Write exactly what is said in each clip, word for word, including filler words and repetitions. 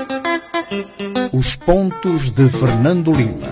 Os pontos de Fernando Lima.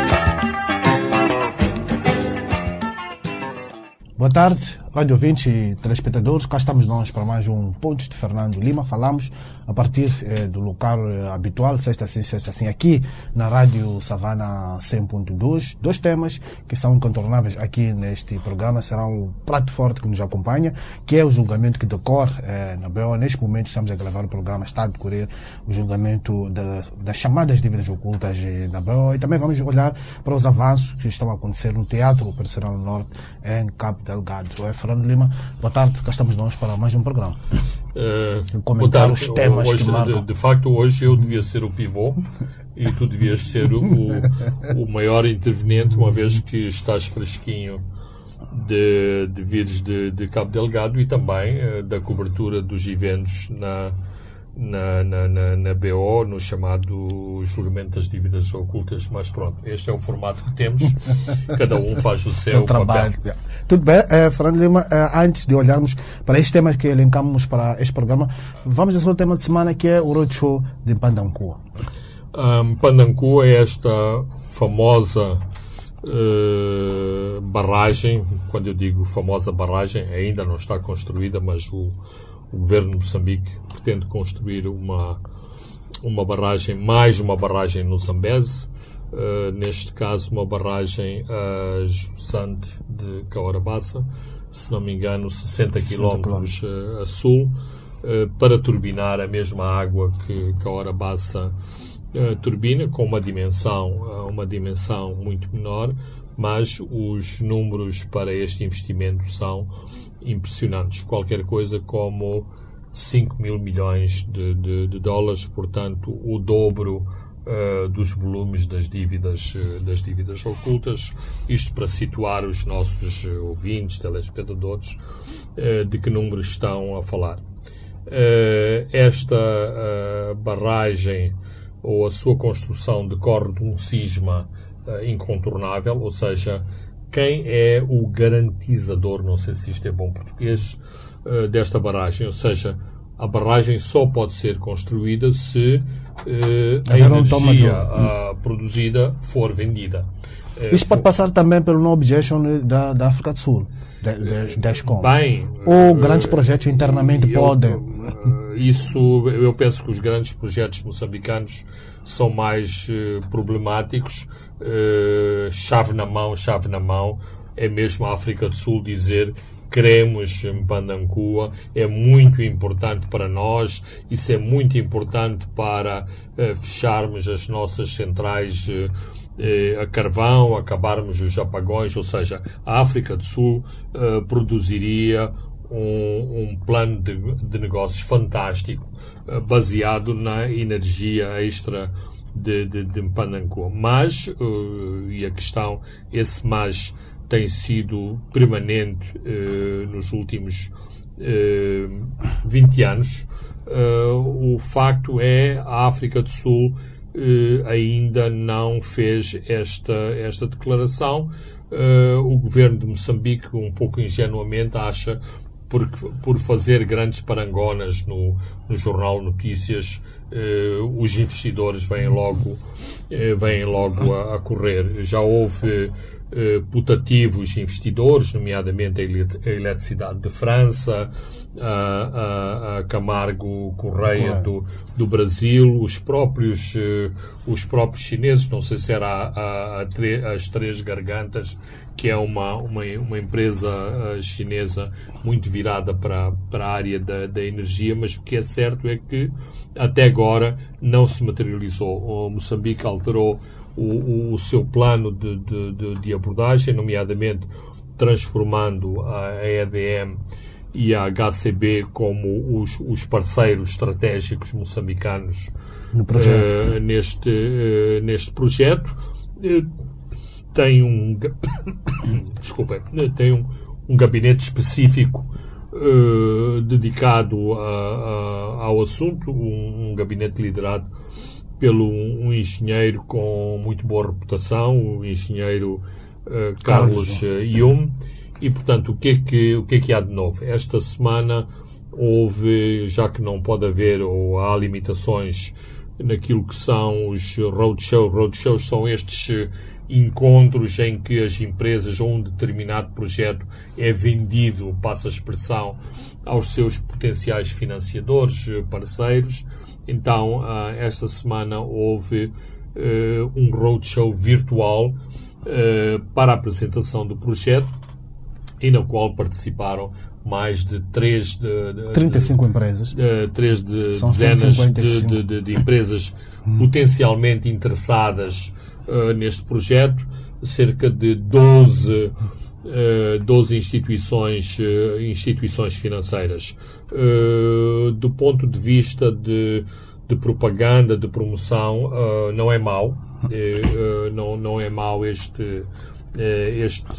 Boa tarde, rádio ouvintes e telespectadores. Cá estamos nós para mais um Pontos de Fernando Lima. Falamos a partir eh, do local eh, habitual, sexta assim, sexta assim, aqui na Rádio Savana cem ponto dois. Dois temas que são incontornáveis aqui neste programa serão o prato forte que nos acompanha, que é o julgamento que decorre eh, na B O. Neste momento estamos a gravar o programa, está a decorrer o julgamento da, das chamadas dívidas ocultas eh, na B O, e também vamos olhar para os avanços que estão a acontecer no Teatro Operacional Norte em Cabo Delgado. É Fernando Lima, boa tarde, cá estamos nós para mais um programa. Uh, comentar tarde, os temas hoje, que marcam. De, de facto, hoje eu devia ser o pivô e tu devias ser o, o maior interveniente, uma vez que estás fresquinho de, de vires de, de Cabo Delgado e também uh, da cobertura dos eventos na, na, na, na, na B O, no chamado julgamento das dívidas ocultas. Mas pronto, este é o formato que temos, cada um faz o seu, seu trabalho. papel. Tudo bem, uh, Fernando Lima, uh, antes de olharmos para estes temas que elencamos para este programa, vamos ao seu tema de semana, que é o roadshow de Pandancua. Um, Pandancua é esta famosa uh, barragem. Quando eu digo famosa barragem, ainda não está construída, mas o, o governo de Moçambique pretende construir uma, uma barragem, mais uma barragem no Zambeze. Uh, neste caso, uma barragem a Jusante de Caorabassa, se não me engano, sessenta quilómetros uh, a sul, uh, para turbinar a mesma água que Caorabassa uh, turbina, com uma dimensão, uh, uma dimensão muito menor, mas os números para este investimento são impressionantes. Qualquer coisa como cinco mil milhões de, de, de dólares, portanto, o dobro Uh, dos volumes das dívidas, uh, das dívidas ocultas. Isto para situar os nossos uh, ouvintes, telespectadores, uh, de que números estão a falar. Uh, esta uh, barragem ou a sua construção decorre de um cisma uh, incontornável, ou seja, quem é o garantizador, não sei se isto é bom português, uh, desta barragem, ou seja, a barragem só pode ser construída se uh, a energia uh, produzida for vendida. Uh, Isso pode for... passar também pelo no objection da, da África do Sul, da Escom. Bem, ou uh, grandes projetos internamente eu, podem. Uh, isso, eu penso que os grandes projetos moçambicanos são mais uh, problemáticos. Uh, chave na mão, chave na mão. É mesmo a África do Sul dizer: queremos Pandancua, é muito importante para nós, isso é muito importante para uh, fecharmos as nossas centrais uh, uh, a carvão, acabarmos os apagões, ou seja, a África do Sul uh, produziria um, um plano de, de negócios fantástico, uh, baseado na energia extra de, de, de Pandancua. Mas, uh, e a questão, esse mas tem sido permanente uh, nos últimos uh, vinte anos. Uh, o facto é a África do Sul uh, ainda não fez esta, esta declaração. Uh, o governo de Moçambique, um pouco ingenuamente, acha por, por fazer grandes parangonas no, no Jornal Notícias, uh, os investidores vêm logo, uh, vêm logo a, a correr. Já houve Uh, putativos investidores, nomeadamente a, elet- a Eletricidade de França, a, a, a Camargo Correia do, do Brasil, os próprios, uh, os próprios chineses, não sei se era a, a, a tre- as Três Gargantas, que é uma, uma, uma empresa uh, chinesa muito virada para, para a área da, da energia, mas o que é certo é que até agora não se materializou. O Moçambique alterou O, o seu plano de, de, de, de abordagem, nomeadamente transformando a E D M e a H C B como os, os parceiros estratégicos moçambicanos no projeto. Uh, neste, uh, neste projeto. Uh, tem um desculpa, tem um, um gabinete específico uh, dedicado a, a, ao assunto, um, um gabinete liderado pelo um engenheiro com muito boa reputação, o engenheiro uh, Carlos uh, Yum. E, portanto, o que, é que, o que é que há de novo? Esta semana houve, já que não pode haver ou há limitações naquilo que são os roadshows. Roadshows são estes encontros em que as empresas ou um determinado projeto é vendido, passa a expressão, aos seus potenciais financiadores, parceiros. Então, esta semana houve uh, um roadshow virtual uh, para a apresentação do projeto e na qual participaram mais de três de, de, trinta e cinco de, empresas. De, três de, dezenas de, de, de, de empresas hum. potencialmente interessadas uh, neste projeto, cerca de doze, uh, doze instituições, uh, instituições financeiras. Uh, do ponto de vista de, de propaganda, de promoção, uh, não é mau. Uh, não, não é mau este este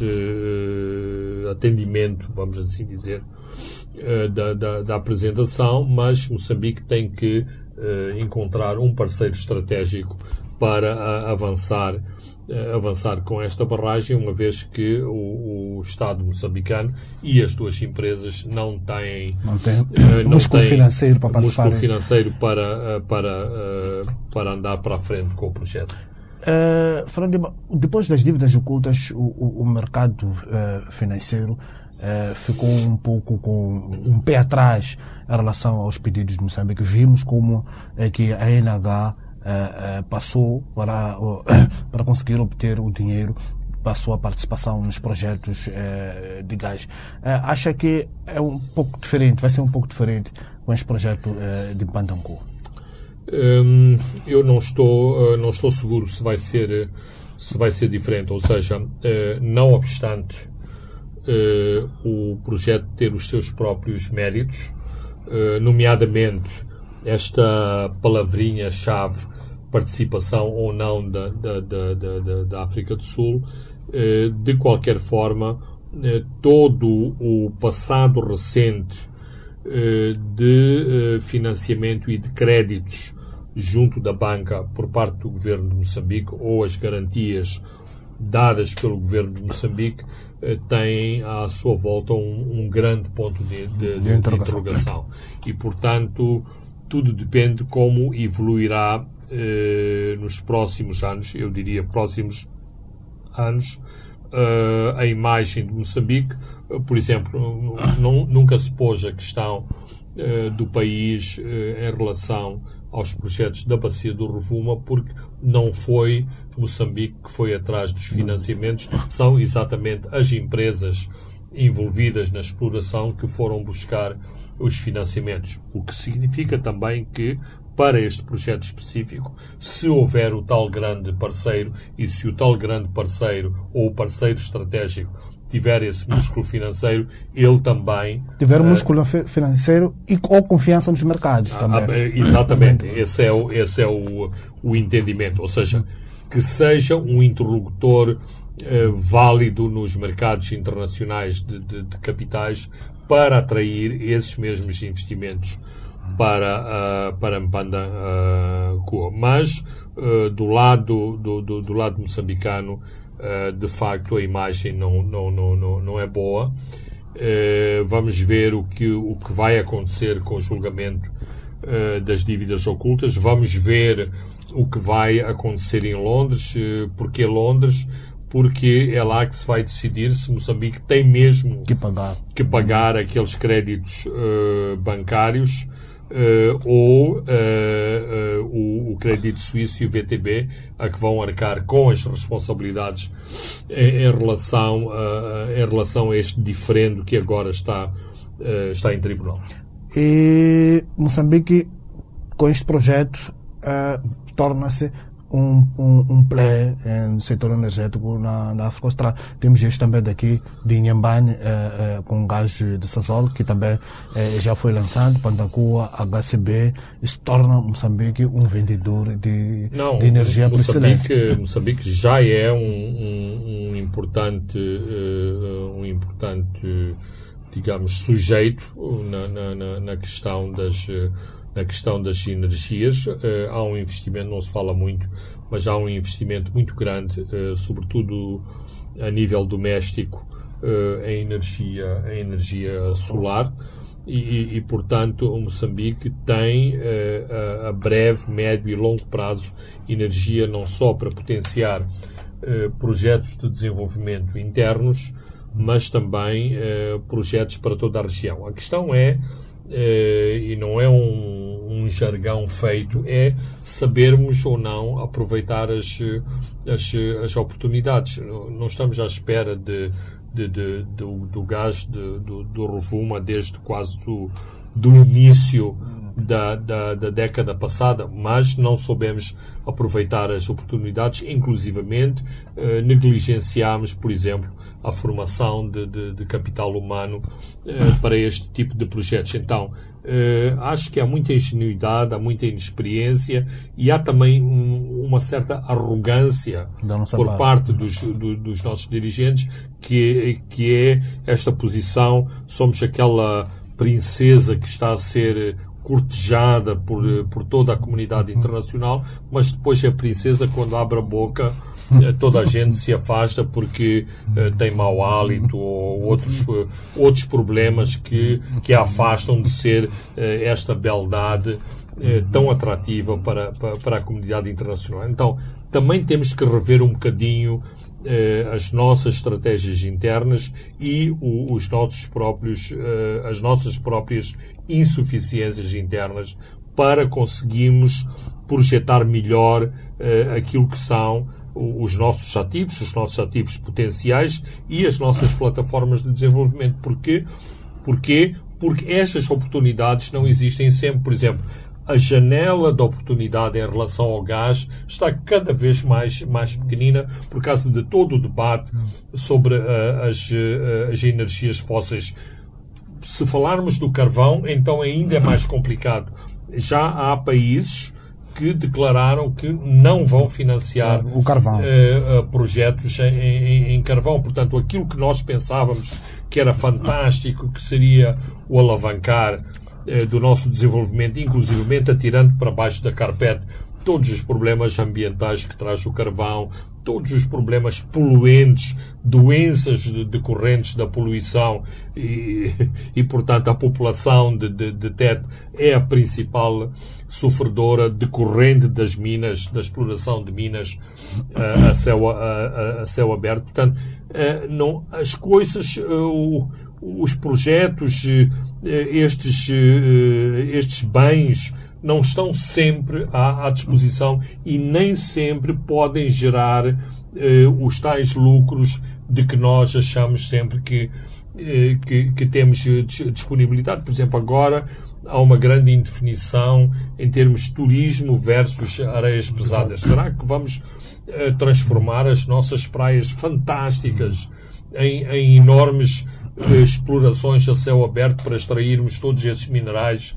uh, atendimento, vamos assim dizer, uh, da, da, da apresentação, mas Moçambique tem que uh, encontrar um parceiro estratégico para uh, avançar, uh, avançar com esta barragem, uma vez que o, o Estado moçambicano e as duas empresas não têm, não tem uh, não músculo têm financeiro para músculo financeiro para, uh, para, uh, para andar para a frente com o projeto. Uh, Fernando, depois das dívidas ocultas, o, o, o mercado uh, financeiro uh, ficou um pouco com um pé atrás em relação aos pedidos de Moçambique. Vimos como é que a N H uh, uh, passou para, uh, para conseguir obter o dinheiro para a sua participação nos projetos uh, de gás. Uh, acha que é um pouco diferente, vai ser um pouco diferente com este projeto uh, de Pandancourt? Hum, eu não estou, uh, não estou seguro se vai ser, se vai ser diferente, ou seja, uh, não obstante uh, o projeto ter os seus próprios méritos, uh, nomeadamente esta palavrinha-chave, participação ou não da, da, da, da, da África do Sul, uh, de qualquer forma, uh, todo o passado recente uh, de uh, financiamento e de créditos junto da banca por parte do governo de Moçambique ou as garantias dadas pelo governo de Moçambique eh, têm à sua volta um, um grande ponto de, de, de, de interrogação. E, portanto, tudo depende como evoluirá eh, nos próximos anos, eu diria próximos anos, eh, a imagem de Moçambique. Por exemplo, não, nunca se pôs a questão eh, do país eh, em relação aos projetos da Bacia do Rovuma, porque não foi Moçambique que foi atrás dos financiamentos, são exatamente as empresas envolvidas na exploração que foram buscar os financiamentos. O que significa também que, para este projeto específico, se houver o tal grande parceiro e se o tal grande parceiro ou o parceiro estratégico tiver esse músculo financeiro, ele também... Tiver uh, músculo financeiro e ou confiança nos mercados ah, também. Ah, exatamente. Esse é, o, esse é o, o entendimento. Ou seja, que seja um interlocutor uh, válido nos mercados internacionais de, de, de capitais para atrair esses mesmos investimentos para, uh, para Mpanda uh, Mas, uh, do lado, do, do, do lado moçambicano, Uh, de facto a imagem não, não, não, não, não é boa. Uh, vamos ver o que, o que vai acontecer com o julgamento uh, das dívidas ocultas. Vamos ver o que vai acontecer em Londres. Uh, porque Londres? Porque é lá que se vai decidir se Moçambique tem mesmo que pagar, que pagar aqueles créditos uh, bancários Uh, ou uh, uh, o, o crédito suíço e o V T B, a que vão arcar com as responsabilidades em, em, relação, uh, em relação a este diferendo que agora está, uh, está em tribunal. E Moçambique, com este projeto, uh, torna-se um, um, um player eh, no setor energético na, na África Austral. Temos este também daqui de Inhambane, eh, eh, com gás de Sasol, que também eh, já foi lançado. Pandancourt, H C B, se torna Moçambique um vendedor de, Não, de energia por excelência. Moçambique já é um, um, um importante, uh, um importante, digamos, sujeito na, na, na questão das na questão das energias. Uh, há um investimento, não se fala muito, mas há um investimento muito grande, uh, sobretudo a nível doméstico, uh, em energia, em energia solar. e, e, e portanto, o Moçambique tem a, a breve, médio e longo prazo energia não só para potenciar uh, projetos de desenvolvimento internos, mas também uh, projetos para toda a região. A questão é, uh, e não é um, um jargão feito, é sabermos ou não aproveitar as, as, as oportunidades. Não estamos à espera de, de, de, do, do gás de, do, do Rovuma desde quase do, do início Da, da, da década passada, mas não soubemos aproveitar as oportunidades, inclusivamente eh, negligenciámos, por exemplo, a formação de, de, de capital humano eh, para este tipo de projetos. Então, eh, acho que há muita ingenuidade, há muita inexperiência e há também um, uma certa arrogância por parte dos, do, dos nossos dirigentes, que, que é esta posição, somos aquela princesa que está a ser cortejada por, por toda a comunidade internacional, mas depois a princesa, quando abre a boca, toda a gente se afasta porque uh, tem mau hálito ou outros, uh, outros problemas que, que a afastam de ser uh, esta beldade uh, tão atrativa para, para, para a comunidade internacional. Então, também temos que rever um bocadinho uh, as nossas estratégias internas e o, os nossos próprios, uh, as nossas próprias insuficiências internas para conseguirmos projetar melhor uh, aquilo que são os nossos ativos, os nossos ativos potenciais e as nossas plataformas de desenvolvimento. Porquê? Porquê? Porque estas oportunidades não existem sempre. Por exemplo, a janela de oportunidade em relação ao gás está cada vez mais, mais pequenina por causa de todo o debate sobre uh, as, uh, as energias fósseis. Se falarmos do carvão, então ainda é mais complicado. Já há países que declararam que não vão financiar o carvão. Uh, uh, projetos em, em, em carvão. Portanto, aquilo que nós pensávamos que era fantástico, que seria o alavancar uh, do nosso desenvolvimento, inclusivamente atirando para baixo da carpete todos os problemas ambientais que traz o carvão, todos os problemas poluentes, doenças decorrentes da poluição e, e portanto, a população de, de, de Tete é a principal sofredora decorrente das minas, da exploração de minas uh, a, céu, a, a céu aberto. Portanto, uh, não, as coisas, uh, os projetos, uh, estes, uh, estes bens não estão sempre à, à disposição e nem sempre podem gerar eh, os tais lucros de que nós achamos sempre que, eh, que, que temos disponibilidade. Por exemplo, agora há uma grande indefinição em termos de turismo versus areias pesadas. Será que vamos eh, transformar as nossas praias fantásticas em, em enormes explorações a céu aberto para extrairmos todos esses minerais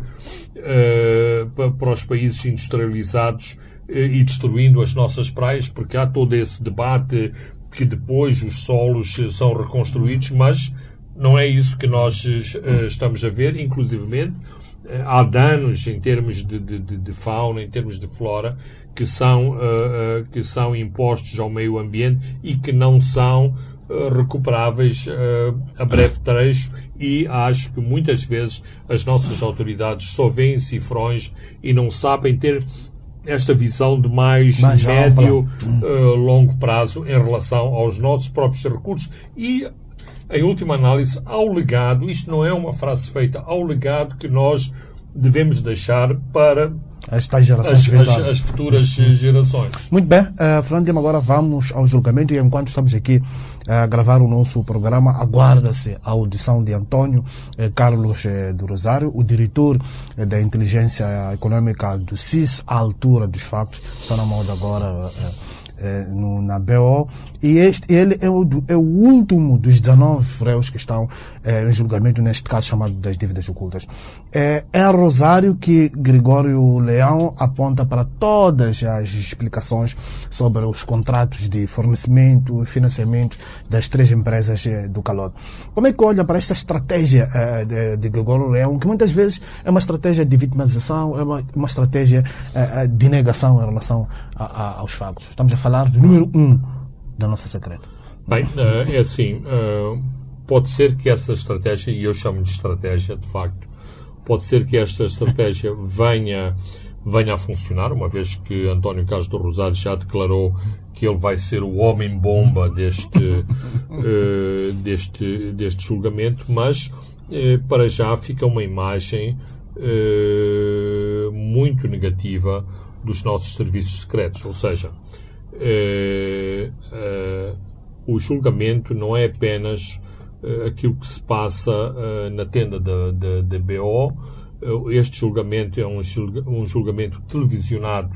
uh, para, para os países industrializados uh, e destruindo as nossas praias, porque há todo esse debate que depois os solos são reconstruídos, mas não é isso que nós uh, estamos a ver. Inclusivamente, uh, há danos em termos de, de, de fauna, em termos de flora, que são, uh, uh, que são impostos ao meio ambiente e que não são recuperáveis uh, a breve trecho, e acho que muitas vezes as nossas autoridades só veem cifrões e não sabem ter esta visão de mais, mais médio, uh, longo prazo em relação aos nossos próprios recursos e, em última análise, ao legado. Isto não é uma frase feita, ao legado que nós devemos deixar para as, gerações as, as, as futuras uhum. gerações. Muito bem, uh, Fernando, agora vamos ao julgamento, e enquanto estamos aqui a uh, gravar o nosso programa, aguarda-se a audição de Antônio uh, Carlos uh, do Rosário, o diretor uh, da inteligência econômica do C I S, à altura dos factos. Está na moda agora uh, Uh, no, na B O, e este, ele é o, é o último dos dezenove réus que estão uh, em julgamento, neste caso chamado das dívidas ocultas. Uh, é a Rosário que Gregório Leão aponta para todas as explicações sobre os contratos de fornecimento e financiamento das três empresas uh, do Calote. Como é que olha para esta estratégia uh, de, de Gregório Leão, que muitas vezes é uma estratégia de vitimização, é uma, uma estratégia uh, de negação em relação a, a, aos factos? Estamos a falar falar do número um da nossa secreta. Bem, uh, é assim, uh, pode ser que essa estratégia, e eu chamo de estratégia, de facto, pode ser que esta estratégia venha, venha a funcionar, uma vez que António Carlos do Rosário já declarou que ele vai ser o homem-bomba deste, uh, deste, deste julgamento, mas uh, para já fica uma imagem uh, muito negativa dos nossos serviços secretos. Ou seja, uh, uh, o julgamento não é apenas uh, aquilo que se passa uh, na tenda da B O. Uh, este julgamento é um, julga, um julgamento televisionado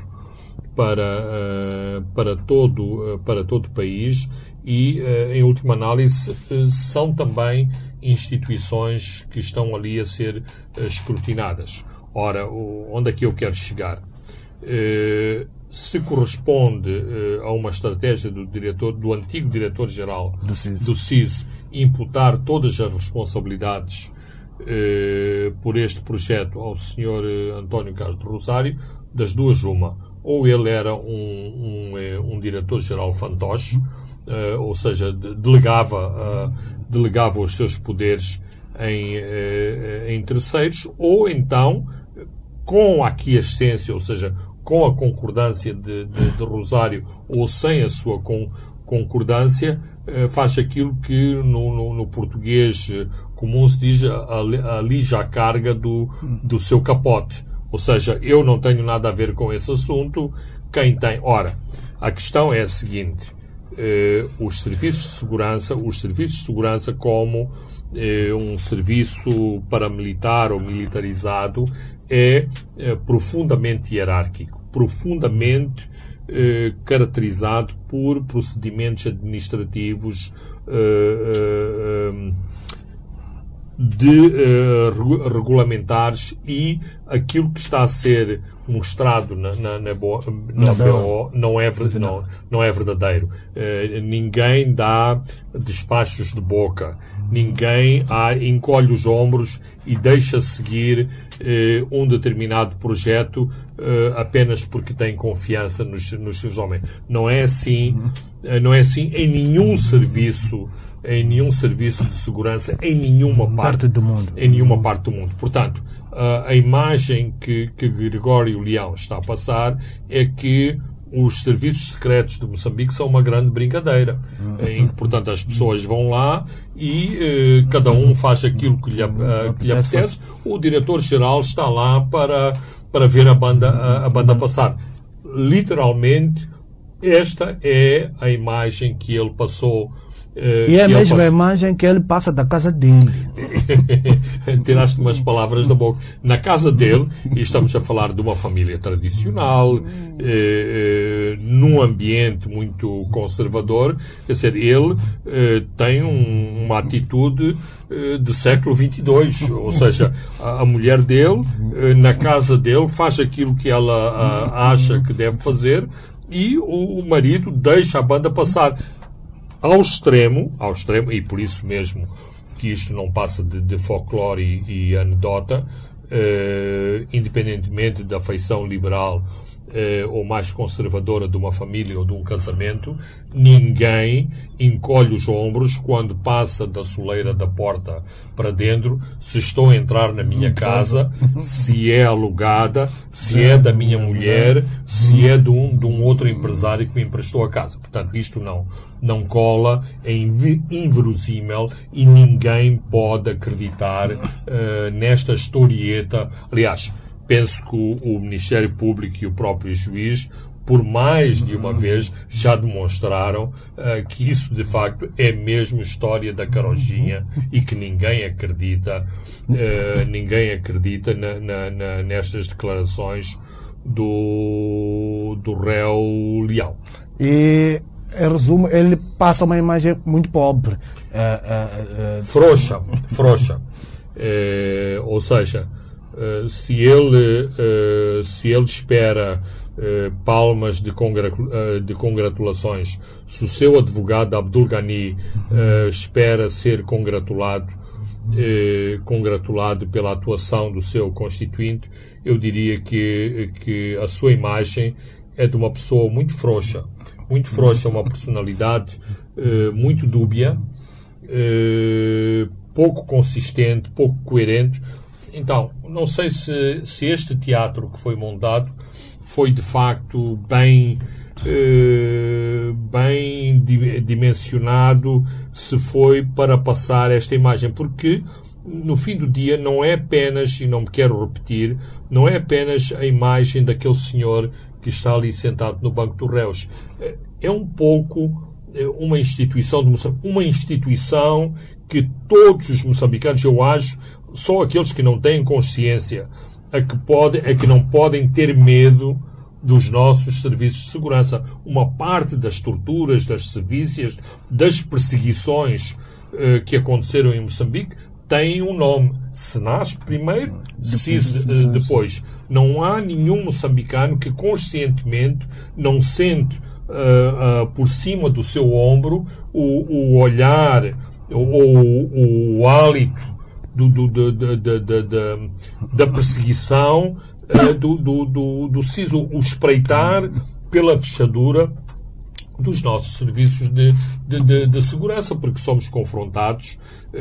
para, uh, para, todo, uh, para todo o país e, uh, em última análise, uh, são também instituições que estão ali a ser uh, escrutinadas. Ora, o, onde é que eu quero chegar? Uh, se corresponde uh, a uma estratégia do diretor, do antigo diretor-geral do C I S. do C I S imputar todas as responsabilidades uh, por este projeto ao senhor uh, António Carlos do Rosário, das duas uma. Ou ele era um, um, um diretor-geral fantoche, uh, ou seja, de, delegava, uh, delegava os seus poderes em, uh, em terceiros, ou então, com a aquiescência, ou seja, com a concordância de, de, de Rosário, ou sem a sua con, concordância, uh, faz aquilo que no, no, no português comum se diz, alija a carga do, do seu capote. Ou seja, eu não tenho nada a ver com esse assunto, quem tem... Ora, a questão é a seguinte, eh, os serviços de segurança, os serviços de segurança como eh, um serviço paramilitar ou militarizado é, é profundamente hierárquico, profundamente eh, caracterizado por procedimentos administrativos eh, eh, de uh, regulamentares e aquilo que está a ser mostrado na, na, na, bo, na, na B O não é, não, não é verdadeiro. Uh, ninguém dá despachos de boca. Ninguém há, encolhe os ombros e deixa seguir uh, um determinado projeto uh, apenas porque tem confiança nos, nos seus homens. Não é assim, uh, não é assim em nenhum serviço em nenhum serviço de segurança, em nenhuma parte, parte do mundo. Em nenhuma parte do mundo. Portanto, a, a imagem que, que Gregório Leão está a passar é que os serviços secretos de Moçambique são uma grande brincadeira, em que, portanto, as pessoas vão lá e eh, cada um faz aquilo que lhe, uh, que lhe apetece. O diretor-geral está lá para, para ver a banda, a, a banda passar. Literalmente, esta é a imagem que ele passou. Uh, e é a mesma passo... imagem que ele passa da casa dele. Tiraste umas palavras da boca. Na casa dele, e estamos a falar de uma família tradicional, eh, eh, num ambiente muito conservador, quer dizer, ele eh, tem um, uma atitude eh, do século vinte e dois, ou seja, a, a mulher dele, eh, na casa dele, faz aquilo que ela a, acha que deve fazer e o, o marido deixa a banda passar. Ao extremo, ao extremo, e por isso mesmo que isto não passa de, de folclore e, e anedota, eh, independentemente da feição liberal eh, ou mais conservadora de uma família ou de um casamento, ninguém encolhe os ombros quando passa da soleira da porta para dentro, se estou a entrar na minha casa, se é alugada, se é da minha mulher, se é de um, de um outro empresário que me emprestou a casa. Portanto, isto não, não cola, é inverosímil e ninguém pode acreditar uh, nesta historieta. Aliás, penso que o, o Ministério Público e o próprio juiz, por mais de uma vez, já demonstraram uh, que isso, de facto, é mesmo história da carochinha e que ninguém acredita, uh, ninguém acredita na, na, na, nestas declarações do, do réu Leão. E, em resumo, ele passa uma imagem muito pobre. Uh, uh, uh, frouxa, frouxa. Uh, ou seja, uh, se, ele, uh, se ele espera Uh, palmas de, congratu uh, de congratulações, se o seu advogado Abdul Ghani uh, espera ser congratulado uh, congratulado pela atuação do seu constituinte, eu diria que, que a sua imagem é de uma pessoa muito frouxa, muito frouxa, uma personalidade uh, muito dúbia, uh, pouco consistente, pouco coerente. Então, não sei se, se este teatro que foi montado foi de facto bem, eh, bem dimensionado, se foi para passar esta imagem, porque no fim do dia não é apenas, e não me quero repetir, não é apenas a imagem daquele senhor que está ali sentado no banco dos réus. É um pouco uma instituição, de uma instituição que todos os moçambicanos, eu acho, só aqueles que não têm consciência, a que, pode, a que não podem ter medo dos nossos serviços de segurança. Uma parte das torturas, das sevícias, das perseguições eh, que aconteceram em Moçambique tem um nome. SENASP primeiro, SIS depois. Não há nenhum moçambicano que conscientemente não sente uh, uh, por cima do seu ombro o, o olhar ou o, o hálito do, do, do, do, do, do, do, da perseguição uh, do, do, do, do SIS, o, o espreitar pela fechadura dos nossos serviços de, de, de, de segurança, porque somos confrontados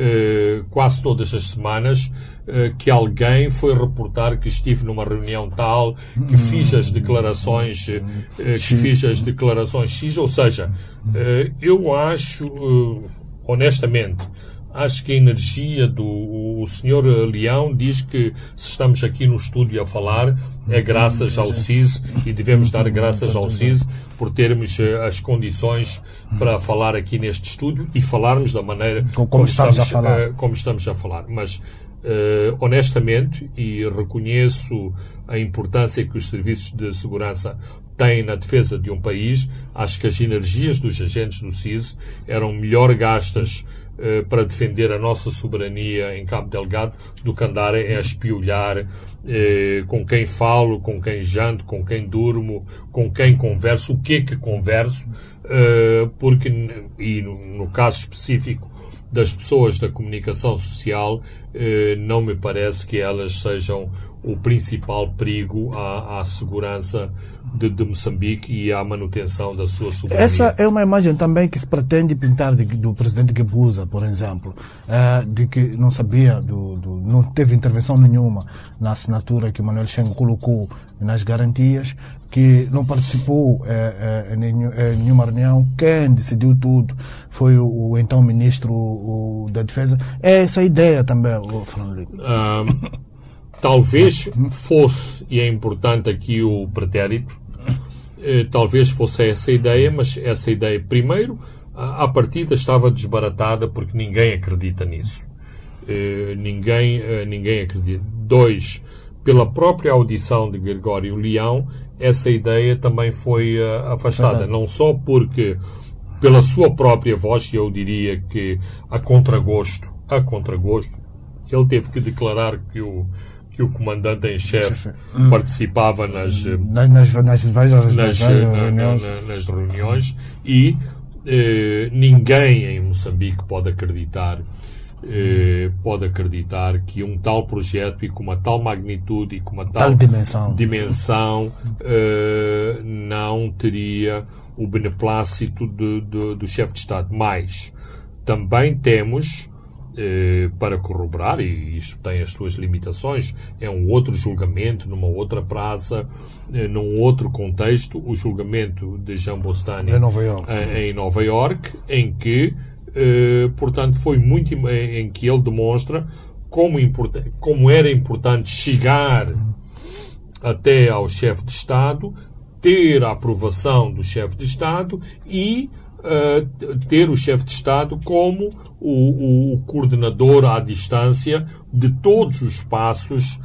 eh, quase todas as semanas eh, que alguém foi reportar que estive numa reunião tal, que fiz as declarações eh, que fiz as declarações X, ou seja, eh, eu acho, eh, honestamente, acho que a energia do o senhor Leão diz que se estamos aqui no estúdio a falar é graças ao SIS e devemos dar graças ao SIS por termos as condições para falar aqui neste estúdio e falarmos da maneira como, como, estamos, estamos, a falar. uh, como estamos a falar. Mas, uh, honestamente, e reconheço a importância que os serviços de segurança têm na defesa de um país, acho que as energias dos agentes do SIS eram melhor gastas para defender a nossa soberania em Cabo Delgado do que andar a espiolhar eh, com quem falo, com quem janto, com quem durmo, com quem converso, o que é que converso, eh, porque, e no, no caso específico das pessoas da comunicação social, eh, não me parece que elas sejam o principal perigo à, à segurança de, de Moçambique e à manutenção da sua soberania. Essa é uma imagem também que se pretende pintar de, do presidente Guebuza, por exemplo, uh, de que não sabia, do, do, não teve intervenção nenhuma na assinatura que o Manuel Cheng colocou nas garantias, que não participou eh, eh, em nenhuma reunião. Quem decidiu tudo foi o, o então ministro o, o da Defesa. É essa a ideia também, o Fernando Lima. Um... Talvez fosse, e é importante aqui o pretérito, eh, talvez fosse essa a ideia, mas essa ideia, primeiro, à partida estava desbaratada porque ninguém acredita nisso. Eh, ninguém, eh, ninguém acredita. Dois, pela própria audição de Gregório Leão, essa ideia também foi uh, afastada. Não só porque, pela sua própria voz, eu diria que a contragosto, a contragosto, ele teve que declarar que o que o comandante em chefe hum. participava nas, nas, nas, nas, nas, nas, reuniões. Na, na, nas reuniões e eh, ninguém em Moçambique pode acreditar eh, pode acreditar que um tal projeto e com uma tal magnitude e com uma tal, tal dimensão, dimensão eh, não teria o beneplácito de, de, do chefe de Estado. Mas também temos Eh, para corroborar, e isto tem as suas limitações, é um outro julgamento, numa outra praça, eh, num outro contexto, o julgamento de Jean Bostani em Nova York, eh, em Nova York, em que, eh, portanto, foi muito, em que ele demonstra como, import, como era importante chegar até ao chefe de Estado, ter a aprovação do chefe de Estado e Uh, ter o chefe de Estado como o, o coordenador à distância de todos os passos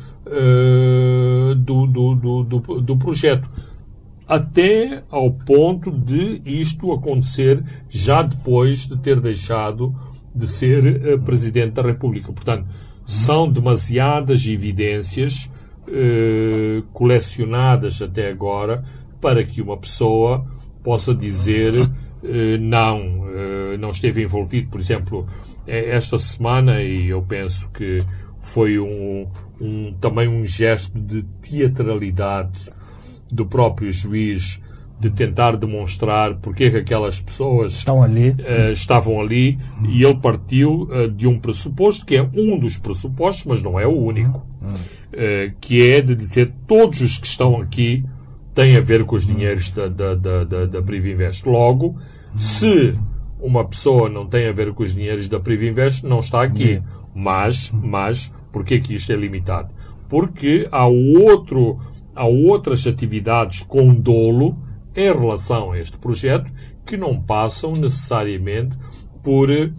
uh, do, do, do, do, do projeto. Até ao ponto de isto acontecer já depois de ter deixado de ser uh, Presidente da República. Portanto, são demasiadas evidências uh, colecionadas até agora para que uma pessoa possa dizer Uh, não, uh, não esteve envolvido. Por exemplo, esta semana, e eu penso que foi um, um, também um gesto de teatralidade do próprio juiz de tentar demonstrar porque é que aquelas pessoas Estão ali. uh, estavam ali, e ele partiu uh, de um pressuposto que é um dos pressupostos, mas não é o único, uh, que é de dizer todos os que estão aqui têm a ver com os dinheiros da, da, da, da, da Privinvest. Logo, se uma pessoa não tem a ver com os dinheiros da Privinvest, não está aqui. Mas, mas, porquê que isto é limitado? Porque há, outro, há outras atividades com dolo em relação a este projeto que não passam necessariamente por, uh,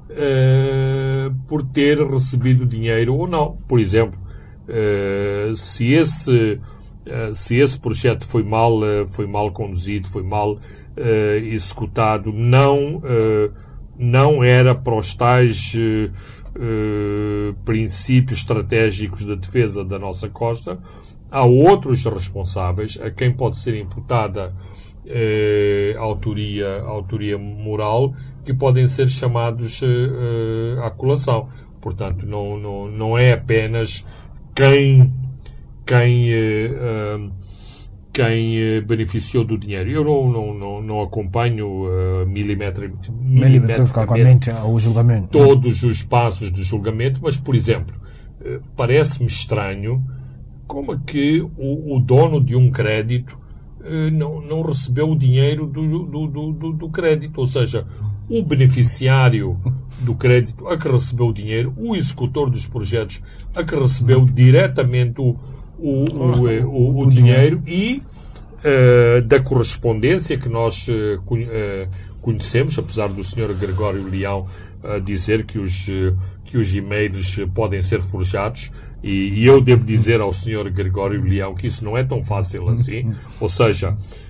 por ter recebido dinheiro ou não. Por exemplo, uh, se, esse, uh, se esse projeto foi mal, uh, foi mal conduzido, foi mal uh, executado, não, uh, não era para os tais uh, uh, princípios estratégicos de defesa da nossa costa, há outros responsáveis a quem pode ser imputada eh, autoria, autoria moral, que podem ser chamados eh, à colação. Portanto, não, não, não é apenas quem, quem, eh, eh, quem eh, beneficiou do dinheiro. Eu não, não, não, não acompanho uh, milimetricamente, milimetricamente o julgamento. Todos os passos do julgamento, mas, por exemplo, eh, parece-me estranho como é que o, o dono de um crédito eh, não, não recebeu o dinheiro do, do, do, do crédito. Ou seja, o beneficiário do crédito a que recebeu o dinheiro, o executor dos projetos a que recebeu diretamente o, o, o, o, o, o dinheiro, e eh, da correspondência que nós eh, conhecemos, apesar do senhor Gregório Leão uh, dizer que os, uh, que os e-mails podem ser forjados, e, e eu devo dizer ao senhor Gregório Leão que isso não é tão fácil assim. Ou seja,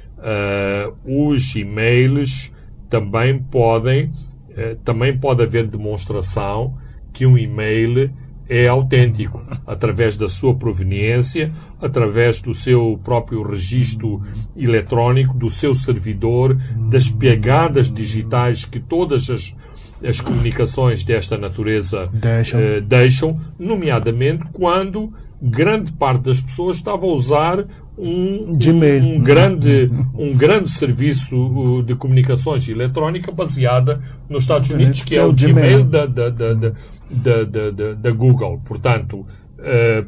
uh, os e-mails também podem, uh, também pode haver demonstração que um e-mail é autêntico, através da sua proveniência, através do seu próprio registro eletrónico, do seu servidor, das pegadas digitais que todas as, as comunicações desta natureza deixam. Eh, deixam, nomeadamente quando grande parte das pessoas estava a usar um, um, um, grande, um grande serviço de comunicações eletrónica baseada nos Estados Unidos, que é o Gmail da, da, da, da, da, da, da Google. Portanto, uh,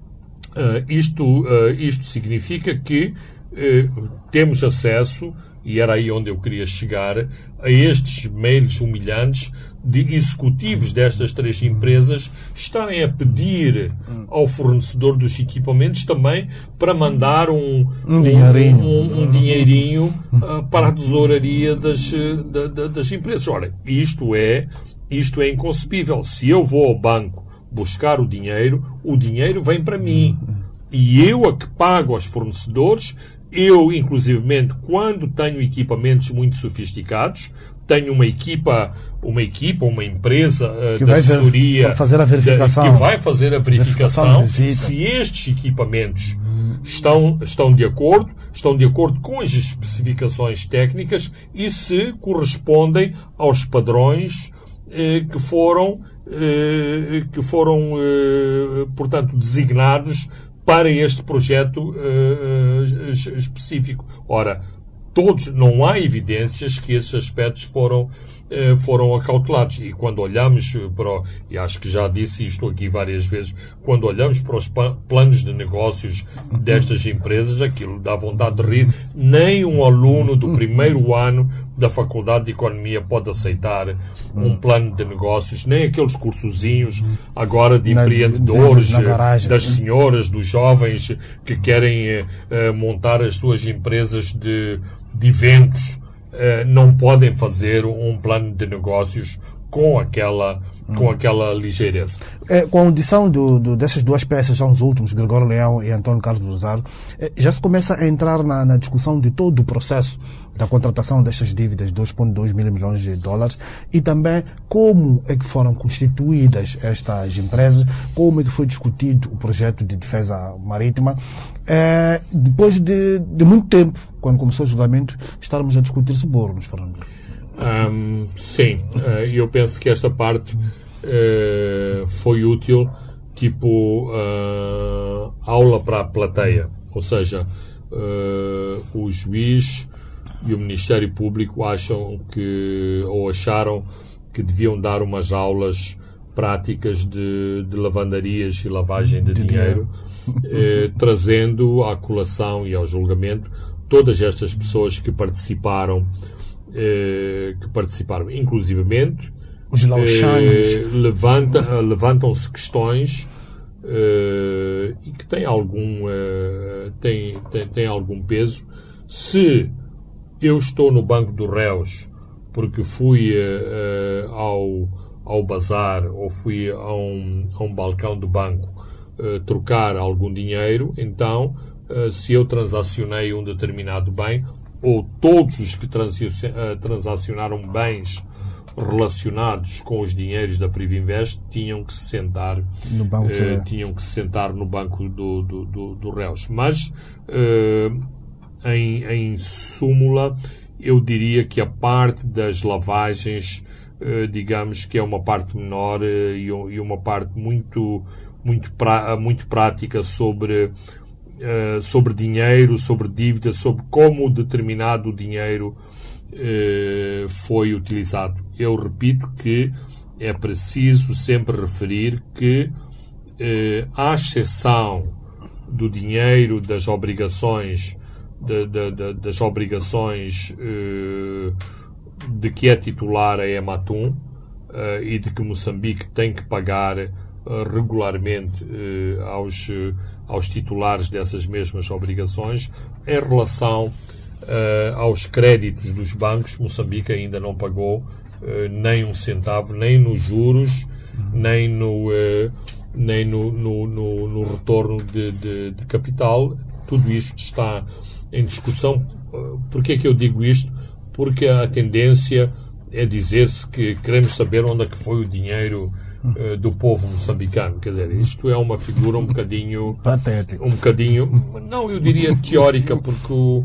uh, isto, uh, isto significa que uh, temos acesso, e era aí onde eu queria chegar, a estes mails humilhantes de executivos destas três empresas estarem a pedir ao fornecedor dos equipamentos também para mandar um, um dinheirinho, um, um dinheirinho uh, para a tesouraria das, da, da, das empresas. Ora, isto é, isto é inconcebível. Se eu vou ao banco buscar o dinheiro, o dinheiro vem para mim. E eu a que pago aos fornecedores. Eu, inclusivamente, quando tenho equipamentos muito sofisticados, tenho uma equipa, uma equipa, uma empresa uh, de assessoria fazer a verificação, de, que vai fazer a verificação, verificação se estes equipamentos estão, estão de acordo, estão de acordo com as especificações técnicas e se correspondem aos padrões eh, que foram, eh, que foram eh, portanto, designados para este projeto uh, específico. Ora, todos, não há evidências que esses aspectos foram, uh, foram acautelados. E quando olhamos para, o, e acho que já disse isto aqui várias vezes, quando olhamos para os planos de negócios destas empresas, aquilo dá vontade de rir. Nem um aluno do primeiro ano da Faculdade de Economia pode aceitar um plano de negócios, nem aqueles cursozinhos agora de empreendedores, na, na das senhoras, dos jovens que querem uh, montar as suas empresas de, de eventos, uh, não podem fazer um plano de negócios com aquela, com aquela ligeireza. É, com a audição do, do, dessas duas peças, são os últimos, Gregório Leão e Antônio Carlos Rosário, é, já se começa a entrar na, na discussão de todo o processo da contratação destas dívidas, dois vírgula dois mil milhões de dólares, e também como é que foram constituídas estas empresas, como é que foi discutido o projeto de defesa marítima. É, depois de, de muito tempo, quando começou o julgamento, estarmos a discutir subornos, Fernando. Um, sim, uh, eu penso que esta parte uh, foi útil, tipo uh, aula para a plateia, ou seja, uh, o juiz e o Ministério Público acham que, ou acharam que deviam dar umas aulas práticas de, de lavandarias e lavagem de, de dinheiro, eh, trazendo à colação e ao julgamento todas estas pessoas que participaram, eh, que participaram, inclusivamente, os eh, levanta, levantam-se questões eh, e que têm algum, eh, têm, têm, têm algum peso. Se eu estou no banco dos réus porque fui eh, ao, ao bazar ou fui a um, a um balcão do banco eh, trocar algum dinheiro, então, eh, se eu transacionei um determinado bem, ou todos os que transacionaram bens relacionados com os dinheiros da Privinvest tinham que se sentar no banco, eh, tinham que se sentar no banco do, do, do, do réus. Mas, eh, em, em súmula, eu diria que a parte das lavagens, eh, digamos que é uma parte menor eh, e uma parte muito, muito, pra, muito prática sobre, eh, sobre dinheiro, sobre dívida, sobre como determinado dinheiro eh, foi utilizado. Eu repito que é preciso sempre referir que, eh, à exceção do dinheiro das obrigações de, de, de, das obrigações eh, de que é titular a Ematum eh, e de que Moçambique tem que pagar eh, regularmente eh, aos, eh, aos titulares dessas mesmas obrigações, em relação eh, aos créditos dos bancos, Moçambique ainda não pagou eh, nem um centavo, nem nos juros, nem no, eh, nem no, no, no, no retorno de, de, de capital. Tudo isto está em discussão. Por que é que eu digo isto? Porque a tendência é dizer-se que queremos saber onde é que foi o dinheiro uh, do povo moçambicano. Quer dizer, isto é uma figura um bocadinho... patética. Um bocadinho... Não, eu diria teórica, porque, o,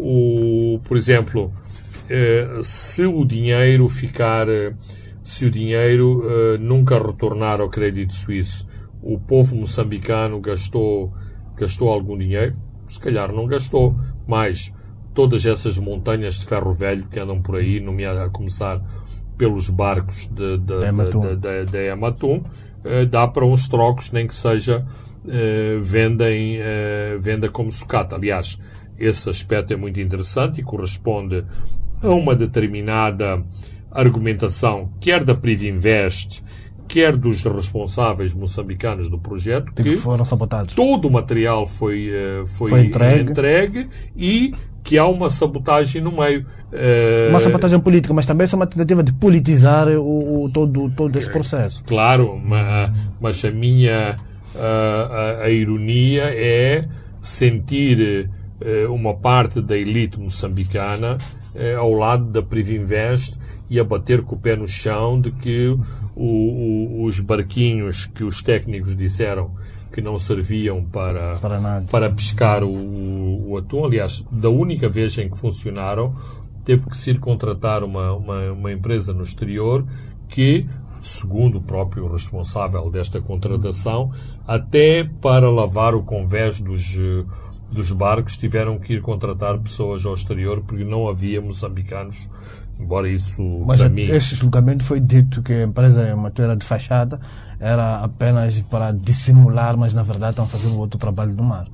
o, por exemplo, uh, se o dinheiro ficar... Uh, se o dinheiro uh, nunca retornar ao crédito suíço, o povo moçambicano gastou, gastou algum dinheiro? Se calhar não gastou, mas todas essas montanhas de ferro velho que andam por aí, nomeadamente a começar pelos barcos de, de, de, de, de Ematum, eh, dá para uns trocos, nem que seja eh, venda, em, eh, venda como sucata. Aliás, esse aspecto é muito interessante e corresponde a uma determinada argumentação, quer da Privinvest, quer dos responsáveis moçambicanos do projeto, que, que foram sabotados. Todo o material foi, foi, foi entregue. entregue e que há uma sabotagem no meio. Uma sabotagem política, mas também é uma tentativa de politizar o, o, todo, todo esse processo. Claro, mas, mas a minha a, a, a ironia é sentir uma parte da elite moçambicana ao lado da Privinvest e a bater com o pé no chão de que o, o, os barquinhos que os técnicos disseram que não serviam para, para, nada. para pescar o, o atum. Aliás, da única vez em que funcionaram, teve que se ir contratar uma, uma, uma empresa no exterior que, segundo o próprio responsável desta contratação, até para lavar o convés dos, dos barcos tiveram que ir contratar pessoas ao exterior porque não havia moçambicanos. Embora isso, mas para mim... esse julgamento foi dito que a empresa era de fachada, era apenas para dissimular, mas na verdade estão fazendo outro trabalho no mar.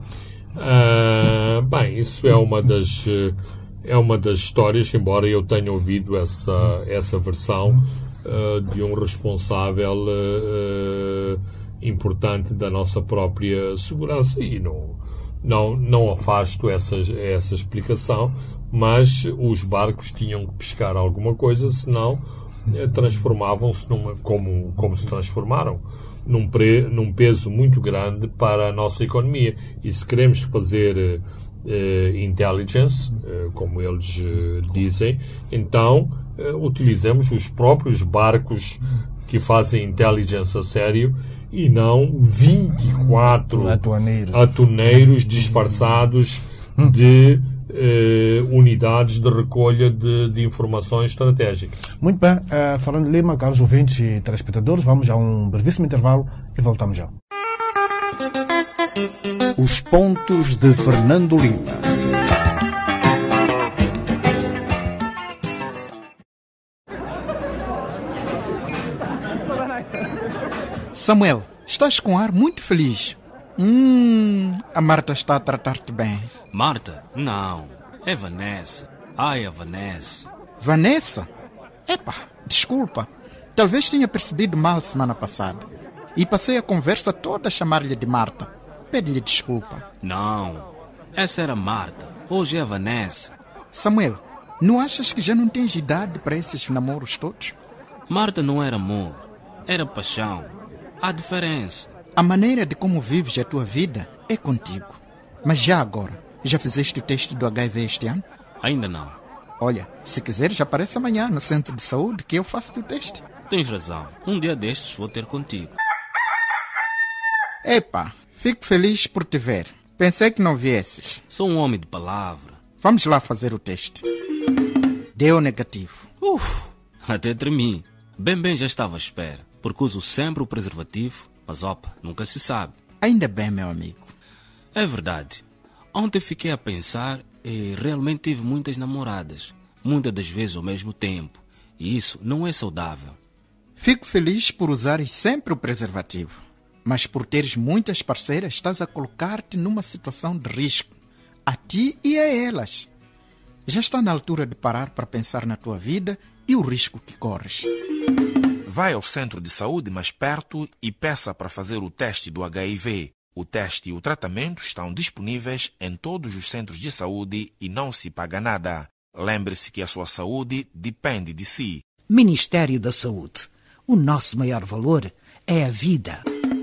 Ah, bem, isso é uma das é uma das histórias, embora eu tenha ouvido essa, essa versão uh, de um responsável uh, importante da nossa própria segurança e não, não, não afasto essa, essa explicação, mas os barcos tinham que pescar alguma coisa, senão eh, transformavam-se numa, como, como se transformaram, num, pre, num peso muito grande para a nossa economia. E se queremos fazer eh, intelligence, eh, como eles eh, dizem, então eh, utilizamos os próprios barcos que fazem intelligence a sério e não vinte e quatro atuneiros, atuneiros disfarçados de eh, unidades de recolha de, de informações estratégicas. Muito bem. Uh, falando Lima, caros ouvintes e telespectadores, vamos a um brevíssimo intervalo e voltamos já. Os pontos de Fernando Lima. Samuel, estás com um ar muito feliz. Hum, a Marta está a tratar-te bem. Marta? Não. É Vanessa. Ai, a Vanessa. Vanessa? Epa, desculpa. Talvez tenha percebido mal semana passada. E passei a conversa toda a chamar-lhe de Marta. Pede-lhe desculpa. Não. Essa era Marta. Hoje é a Vanessa. Samuel, não achas que já não tens idade para esses namoros todos? Marta não era amor. Era paixão. Há diferença. A maneira de como vives a tua vida é contigo. Mas já agora, já fizeste o teste do H I V este ano? Ainda não. Olha, se quiseres, aparece amanhã no centro de saúde que eu faço o teste. Tens razão. Um dia destes vou ter contigo. Epa, fico feliz por te ver. Pensei que não viesses. Sou um homem de palavra. Vamos lá fazer o teste. Deu negativo. Uf, até tremi. Bem bem já estava à espera, porque uso sempre o preservativo, mas opa, nunca se sabe. Ainda bem, meu amigo. É verdade. Ontem fiquei a pensar e realmente tive muitas namoradas, muitas das vezes ao mesmo tempo, e isso não é saudável. Fico feliz por usares sempre o preservativo, mas por teres muitas parceiras estás a colocar-te numa situação de risco, a ti e a elas. Já está na altura de parar para pensar na tua vida e o risco que corres. Vai ao centro de saúde mais perto e peça para fazer o teste do H I V. O teste e o tratamento estão disponíveis em todos os centros de saúde e não se paga nada. Lembre-se que a sua saúde depende de si. Ministério da Saúde. O nosso maior valor é a vida.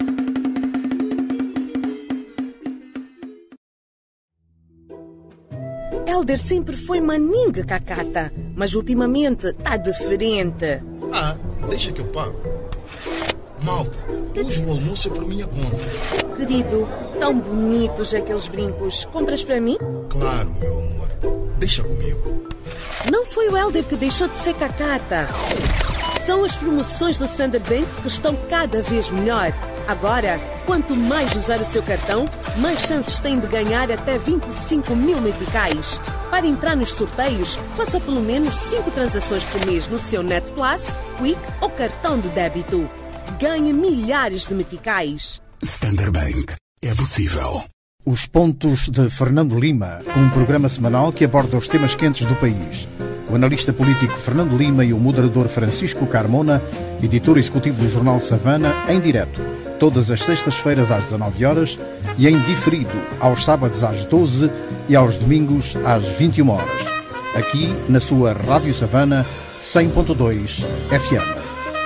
Hélder sempre foi maninga cacata, mas ultimamente tá diferente. Ah, deixa que eu pago. Malta, hoje o almoço é por minha conta. Querido, tão bonitos aqueles brincos. Compras para mim? Claro, meu amor. Deixa comigo. Não foi o Hélder que deixou de ser cacata. São as promoções do Standard Bank que estão cada vez melhor. Agora, quanto mais usar o seu cartão, mais chances tem de ganhar até vinte e cinco mil meticais. Para entrar nos sorteios, faça pelo menos cinco transações por mês no seu Net Plus, Quick ou cartão de débito. Ganhe milhares de meticais. Standard Bank. É possível. Os Pontos de Fernando Lima, um programa semanal que aborda os temas quentes do país. O analista político Fernando Lima e o moderador Francisco Carmona, editor executivo do jornal Savana, em direto, todas as sextas-feiras às dezanove horas e em diferido aos sábados às doze e aos domingos às vinte e uma horas. Aqui na sua Rádio Savana cem ponto dois F M.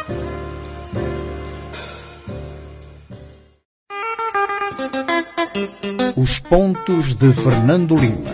Os Pontos de Fernando Lima.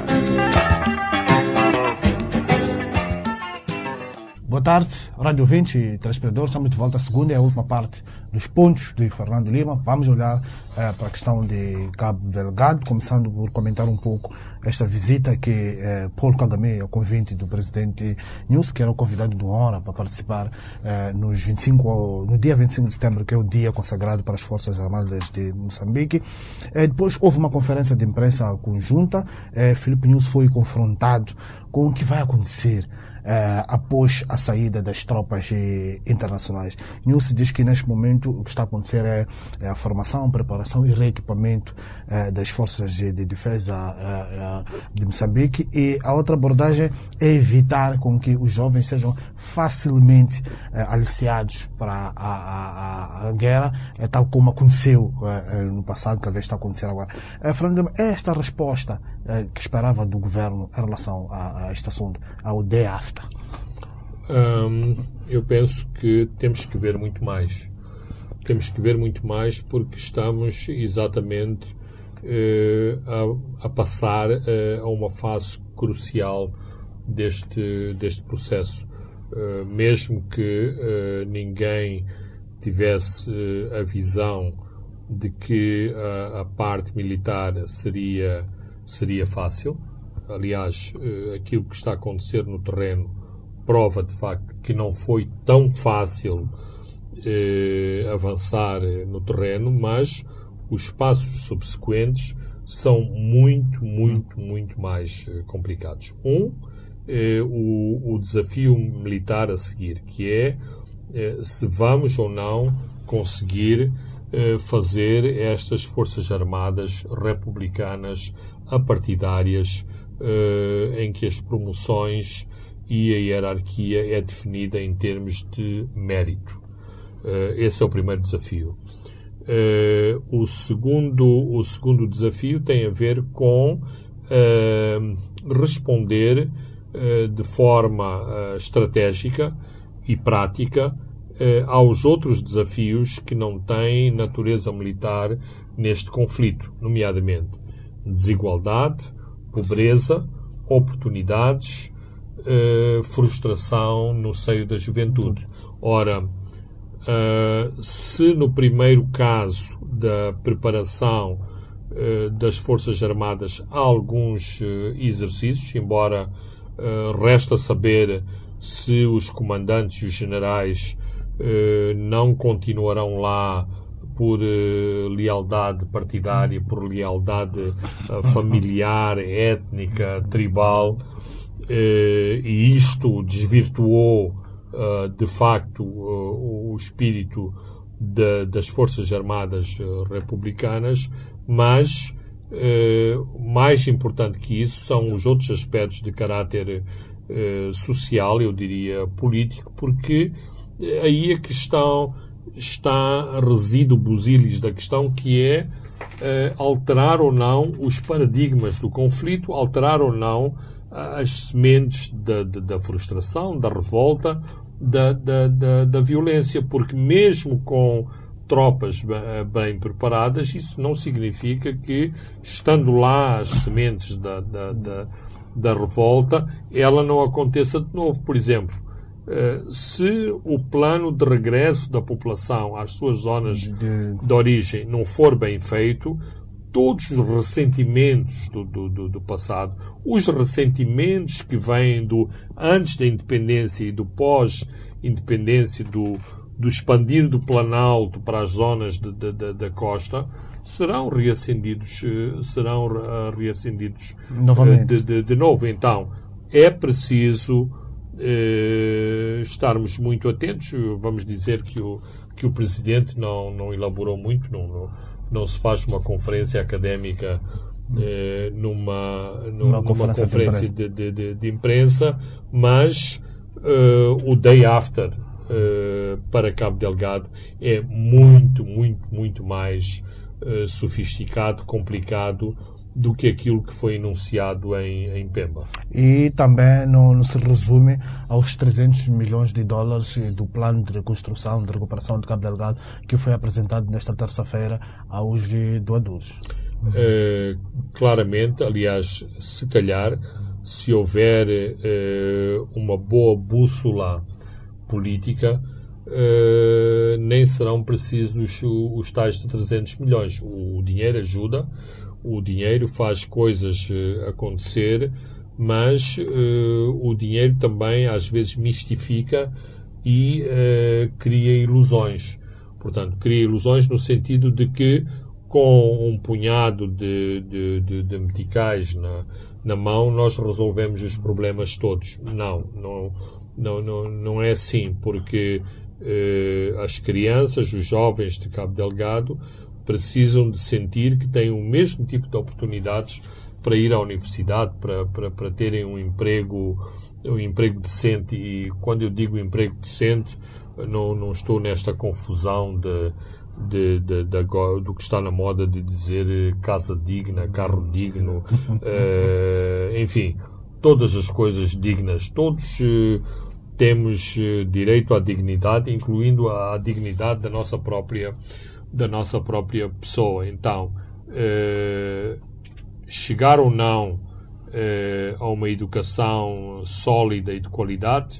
Boa tarde, rádio ouvinte e telespectadores. Estamos de volta à segunda e à última parte dos Pontos de Fernando Lima. Vamos olhar uh, para a questão de Cabo Delgado, começando por comentar um pouco esta visita que uh, Paulo Kagame, ao convite do presidente Nyusi, que era o convidado de honra para participar uh, nos vinte e cinco, no dia vinte e cinco de setembro, que é o dia consagrado para as Forças Armadas de Moçambique. Uh, depois houve uma conferência de imprensa conjunta. Uh, Filipe Nyusi foi confrontado com o que vai acontecer Uh, após a saída das tropas eh, internacionais. Nyusi diz que neste momento o que está a acontecer é, é a formação, preparação e reequipamento uh, das forças de, de defesa uh, uh, de Moçambique, e a outra abordagem é evitar com que os jovens sejam facilmente uh, aliciados para a, a, a, a guerra, uh, tal como aconteceu uh, no passado, talvez está a acontecer agora. Uh, Fernando, é esta a resposta uh, que esperava do governo em relação a, a este assunto, ao D E A F T A? Hum, eu penso que temos que ver muito mais. Temos que ver muito mais porque estamos exatamente eh, a, a passar eh, a uma fase crucial deste, deste processo. Uh, mesmo que uh, ninguém tivesse uh, a visão de que uh, a parte militar seria, seria fácil. Aliás, uh, aquilo que está a acontecer no terreno prova de facto que não foi tão fácil uh, avançar no terreno, mas os passos subsequentes são muito, muito, muito mais uh, complicados. Um, Eh, o, o desafio militar a seguir, que é eh, se vamos ou não conseguir eh, fazer estas Forças Armadas republicanas apartidárias, eh, em que as promoções e a hierarquia é definida em termos de mérito. Uh, esse é o primeiro desafio. Uh, o, segundo, o segundo desafio tem a ver com uh, responder uh, de forma uh, estratégica e prática uh, aos outros desafios que não têm natureza militar neste conflito, nomeadamente desigualdade, pobreza, oportunidades, Uh, frustração no seio da juventude. Ora, uh, se no primeiro caso da preparação uh, das Forças Armadas há alguns uh, exercícios, embora uh, resta saber se os comandantes e os generais uh, não continuarão lá por uh, lealdade partidária, por lealdade uh, familiar, étnica, tribal. Uh, e isto desvirtuou uh, de facto uh, o espírito de, das Forças Armadas uh, republicanas, mas uh, mais importante que isso são os outros aspectos de caráter uh, social, eu diria político, porque aí a questão está, reside o busilis da questão, que é uh, alterar ou não os paradigmas do conflito, alterar ou não as sementes da, da, da frustração, da revolta, da, da, da, da violência, porque mesmo com tropas bem preparadas, isso não significa que, estando lá as sementes da, da, da, da revolta, ela não aconteça de novo. Por exemplo, se o plano de regresso da população às suas zonas de origem não for bem feito, todos os ressentimentos do, do, do passado, os ressentimentos que vêm do antes da independência e do pós-independência, do, do expandir do Planalto para as zonas de, de, de, da costa, serão reacendidos, serão reacendidos novamente. De, de, de novo. Então, é preciso eh, estarmos muito atentos. Vamos dizer que o, que o Presidente não, não elaborou muito, não, não não se faz uma conferência académica eh, numa, numa, numa conferência, conferência de, de, de, de imprensa, mas uh, o day after uh, para Cabo Delgado é muito, muito, muito mais uh, sofisticado, complicado do que aquilo que foi enunciado em, em Pemba. E também não, não se resume aos trezentos milhões de dólares do plano de reconstrução, de recuperação de Cabo Delgado, que foi apresentado nesta terça-feira aos doadores. Uh, claramente, aliás, se calhar, se houver uh, uma boa bússola política, uh, nem serão precisos os, os tais de trezentos milhões. O, o dinheiro ajuda, o dinheiro faz coisas uh, acontecer, mas uh, o dinheiro também às vezes mistifica e uh, cria ilusões. Portanto, cria ilusões no sentido de que com um punhado de, de, de, de meticais na, na mão nós resolvemos os problemas todos. Não, não, não, não, não é assim, porque uh, as crianças, os jovens de Cabo Delgado precisam de sentir que têm o mesmo tipo de oportunidades para ir à universidade, para, para, para terem um emprego, um emprego decente. E quando eu digo emprego decente, não, não estou nesta confusão de, de, de, de, de, do que está na moda de dizer casa digna, carro digno, uh, enfim, todas as coisas dignas. Todos uh, temos uh, direito à dignidade, incluindo a, a dignidade da nossa própria da nossa própria pessoa. Então, eh, chegar ou não eh, a uma educação sólida e de qualidade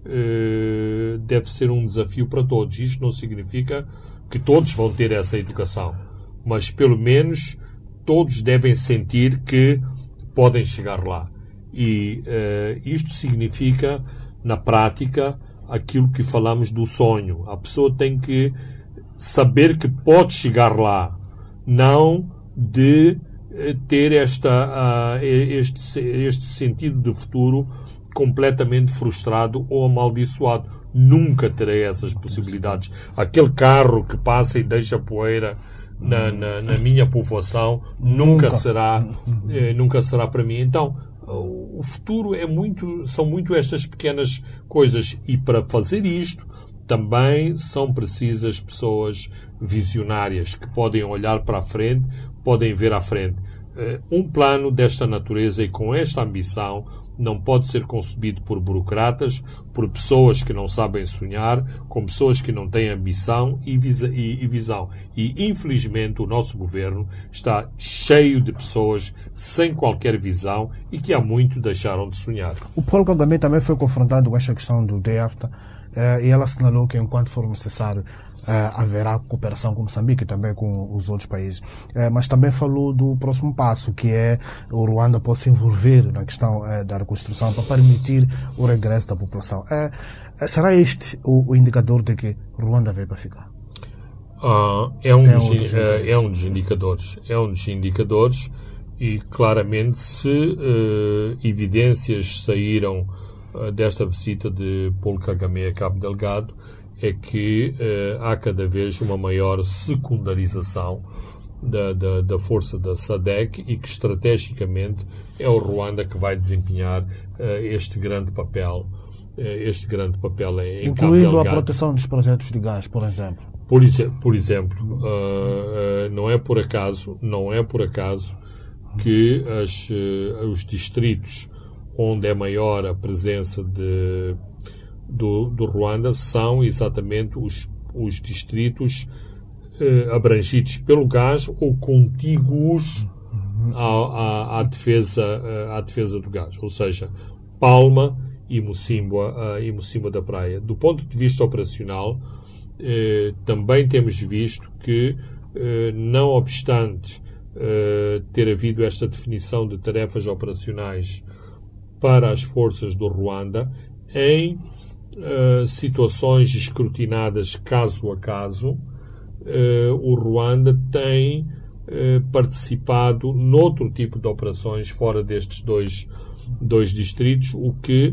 eh, deve ser um desafio para todos. Isto não significa que todos vão ter essa educação, mas pelo menos todos devem sentir que podem chegar lá. E eh, isto significa, na prática, aquilo que falamos do sonho. A pessoa tem que saber que pode chegar lá, não de ter esta, uh, este, este sentido de futuro completamente frustrado ou amaldiçoado. Nunca terei essas possibilidades. Aquele carro que passa e deixa poeira na, na, na minha povoação nunca, nunca. será eh, nunca será para mim. Então, o futuro é muito, são muito estas pequenas coisas, e para fazer isto também são precisas pessoas visionárias que podem olhar para a frente, podem ver à frente. Um plano desta natureza e com esta ambição não pode ser concebido por burocratas, por pessoas que não sabem sonhar, com pessoas que não têm ambição e, visa, e, e visão. E, infelizmente, o nosso governo está cheio de pessoas sem qualquer visão e que há muito deixaram de sonhar. O Paul Kagame também foi confrontado com esta questão do DEAFTA eh, e ela assinalou que, enquanto for necessário, Uh, haverá cooperação com Moçambique e também com os outros países. Uh, mas também falou do próximo passo, que é o Ruanda pode se envolver na questão uh, da reconstrução para permitir o regresso da população. Uh, uh, será este o, o indicador de que Ruanda veio para ficar? Uh, é, um dos, um dos uh, é um dos indicadores. É um dos indicadores e, claramente, se uh, evidências saíram uh, desta visita de Paul Kagame a Cabo Delgado, é que uh, há cada vez uma maior secundarização da, da, da força da S A D C e que, estrategicamente, é o Ruanda que vai desempenhar uh, este grande papel, uh, este grande papel em, em Cabo Delgado. Incluindo a proteção dos projetos de gás, por exemplo. Por, exe por exemplo, uh, uh, não é por acaso, não é por acaso que as, uh, os distritos onde é maior a presença de Do, do Ruanda são exatamente os, os distritos eh, abrangidos pelo gás ou contíguos à, à, à, defesa, à defesa do gás, ou seja, Palma e Mocímboa, uh, e Mocímboa da Praia. Do ponto de vista operacional, eh, também temos visto que, eh, não obstante eh, ter havido esta definição de tarefas operacionais para as forças do Ruanda, em Uh, situações escrutinadas caso a caso, uh, o Ruanda tem uh, participado noutro tipo de operações fora destes dois, dois distritos, o que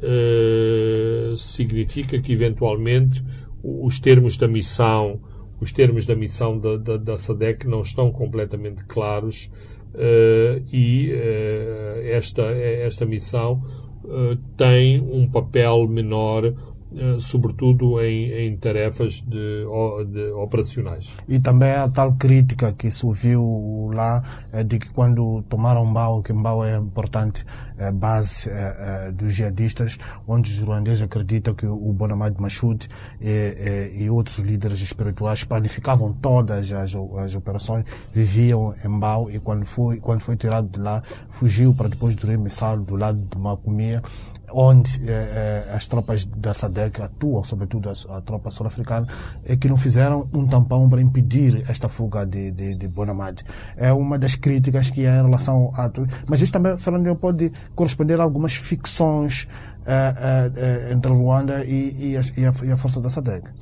uh, significa que, eventualmente, os termos da missão, os termos da missão da, da, da S A D C não estão completamente claros uh, e uh, esta, esta missão Uh, tem um papel menor, uh, sobretudo em, em tarefas de, de operacionais. E também a tal crítica que se ouviu lá, é, de que quando tomaram Mbao, que Mbao é importante é, base é, é, dos jihadistas, onde os ruandeses acreditam que o Bonamade Mashoud e, e, e outros líderes espirituais planificavam todas as, as operações, viviam em Mbao, e quando foi, quando foi tirado de lá, fugiu para depois dormir Missal, do lado de Macomia, onde eh, as tropas da S A D C atuam, sobretudo a, a tropa sul-africana, é que não fizeram um tampão para impedir esta fuga de, de, de Bonamade. É uma das críticas que há em relação a... Mas isto também, Fernando, pode corresponder a algumas ficções eh, eh, entre Ruanda e, e, a, e, a, e a força da S A D C.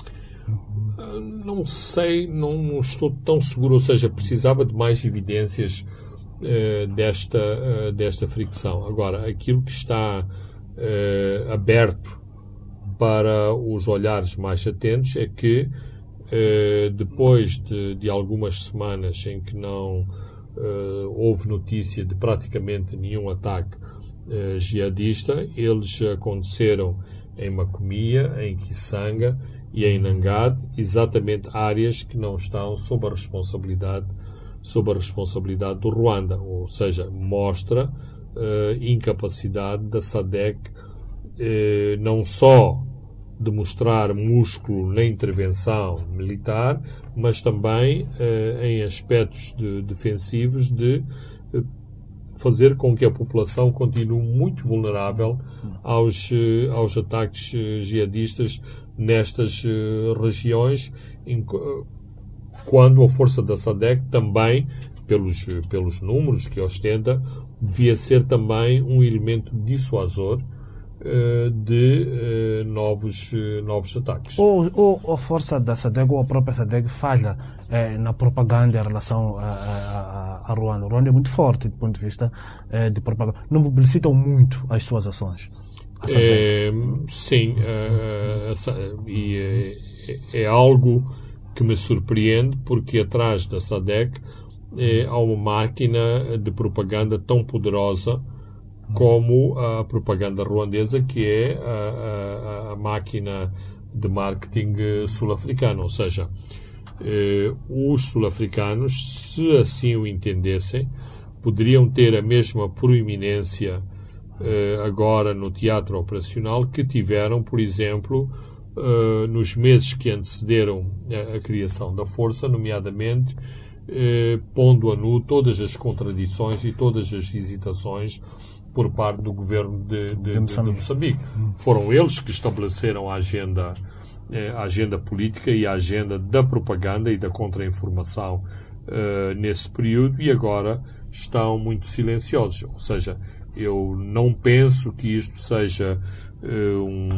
Não sei, não, não estou tão seguro, ou seja, precisava de mais evidências uh, desta, uh, desta fricção. Agora, aquilo que está uh, aberto para os olhares mais atentos é que, uh, depois de, de algumas semanas em que não uh, houve notícia de praticamente nenhum ataque uh, jihadista, eles aconteceram em Macomia, em Kisanga e em Nangad, exatamente áreas que não estão sob a responsabilidade, sob a responsabilidade do Ruanda, ou seja, mostra uh, incapacidade da S A D C uh, não só de mostrar músculo na intervenção militar, mas também uh, em aspectos de, defensivos de uh, fazer com que a população continue muito vulnerável aos, uh, aos ataques uh, jihadistas nestas uh, regiões, em, uh, quando a força da S A D C também, pelos, uh, pelos números que ostenta, devia ser também um elemento dissuasor uh, de uh, novos, uh, novos ataques. Ou, ou a força da S A D C ou a própria S A D C falha eh, na propaganda em relação a, a, a Ruanda. O Ruanda é muito forte do ponto de vista eh, de propaganda. Não publicitam muito as suas ações. É, sim, é, e é, é algo que me surpreende, porque atrás da S A D C é, há uma máquina de propaganda tão poderosa como a propaganda ruandesa, que é a, a, a máquina de marketing sul-africano. Ou seja, eh, os sul-africanos, se assim o entendessem, poderiam ter a mesma proeminência eh, agora no teatro operacional que tiveram, por exemplo, eh, nos meses que antecederam a, a criação da Força, nomeadamente eh, pondo a nu todas as contradições e todas as hesitações por parte do governo de, de, de, Moçambique. de Moçambique. Foram eles que estabeleceram a agenda, eh, a agenda política e a agenda da propaganda e da contra-informação eh, nesse período, e agora estão muito silenciosos. Ou seja, eu não penso que isto seja eh,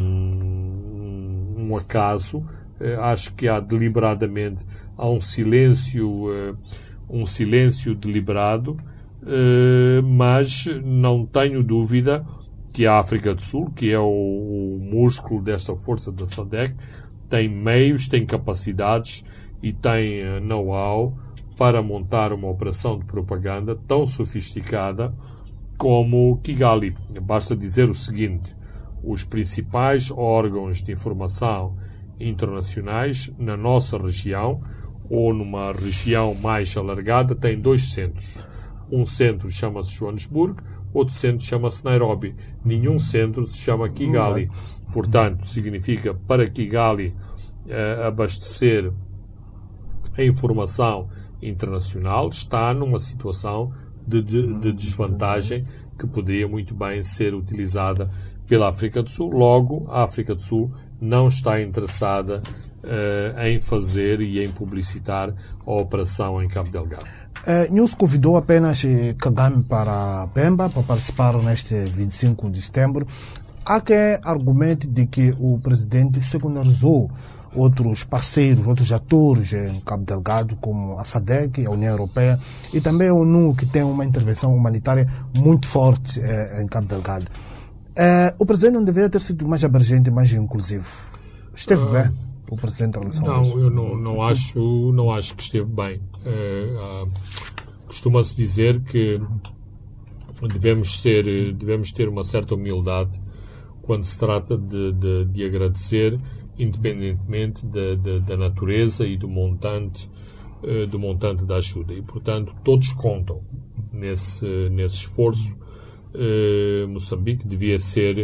um, um acaso. Eh, acho que há deliberadamente há um silêncio, eh, um silêncio deliberado. Uh, mas não tenho dúvida que a África do Sul, que é o, o músculo desta força da S A D C, tem meios, tem capacidades e tem uh, know-how para montar uma operação de propaganda tão sofisticada como Kigali. Basta dizer o seguinte: os principais órgãos de informação internacionais na nossa região, ou numa região mais alargada, têm dois centros. Um centro chama-se Joanesburgo, outro centro chama-se Nairobi. Nenhum centro se chama Kigali. Portanto, significa para Kigali eh, abastecer a informação internacional, está numa situação de, de, de desvantagem que poderia muito bem ser utilizada pela África do Sul. Logo, a África do Sul não está interessada eh, em fazer e em publicitar a operação em Cabo Delgado. Uh, News convidou apenas eh, Kagame para Pemba para participar neste vinte e cinco de setembro. Há quem argumente de que o presidente secundarizou outros parceiros, outros atores em Cabo Delgado, como a S A D C, a União Europeia e também a ONU, que tem uma intervenção humanitária muito forte eh, em Cabo Delgado. Uh, o presidente não deveria ter sido mais abrangente e mais inclusivo. Esteve uh... bem o presidente da nação? Não, eu não, não, acho, não acho que esteve bem. Uh, uh, costuma-se dizer que devemos, ser, devemos ter uma certa humildade quando se trata de, de, de agradecer, independentemente da, da, da natureza e do montante, uh, do montante da ajuda. E, portanto, todos contam nesse, nesse esforço. Uh, Moçambique devia ser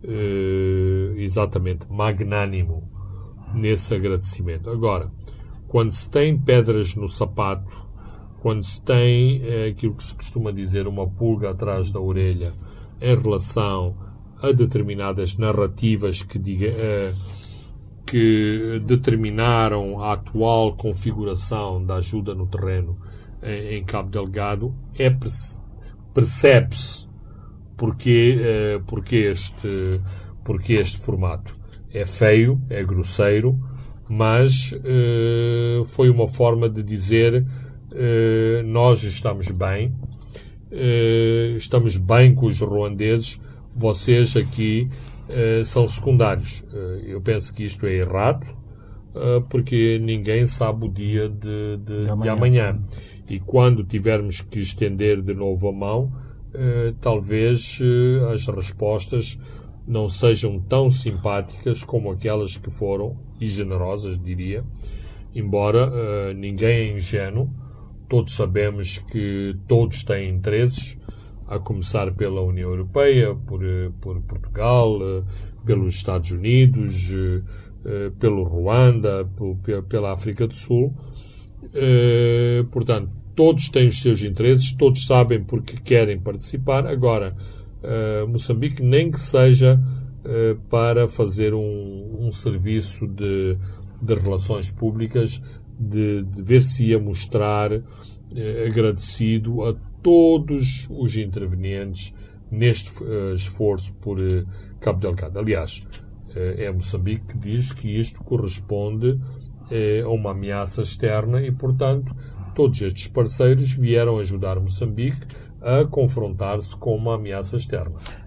uh, exatamente magnânimo nesse agradecimento. Agora, quando se tem pedras no sapato, quando se tem é, aquilo que se costuma dizer uma pulga atrás da orelha em relação a determinadas narrativas que, diga, é, que determinaram a atual configuração da ajuda no terreno em, em Cabo Delgado, é, percebe-se porque, é, porque, este, porque este formato. É feio, é grosseiro, mas uh, foi uma forma de dizer uh, nós estamos bem, uh, estamos bem com os ruandeses, vocês aqui uh, são secundários. Uh, eu penso que isto é errado, uh, porque ninguém sabe o dia de, de, de, amanhã. de amanhã. E quando tivermos que estender de novo a mão, uh, talvez uh, as respostas não sejam tão simpáticas como aquelas que foram, e generosas, diria, embora uh, ninguém é ingênuo. Todos sabemos que todos têm interesses, a começar pela União Europeia, por, por Portugal, uh, pelos Estados Unidos, uh, uh, pelo Ruanda, por, pela África do Sul. Uh, portanto, todos têm os seus interesses, todos sabem porque querem participar. Agora, Uh, Moçambique, nem que seja uh, para fazer um, um serviço de, de relações públicas, de, de ver se ia mostrar uh, agradecido a todos os intervenientes neste uh, esforço por uh, Cabo Delgado. Aliás, uh, é Moçambique que diz que isto corresponde uh, a uma ameaça externa e, portanto, todos estes parceiros vieram ajudar Moçambique a confrontar-se com uma ameaça externa.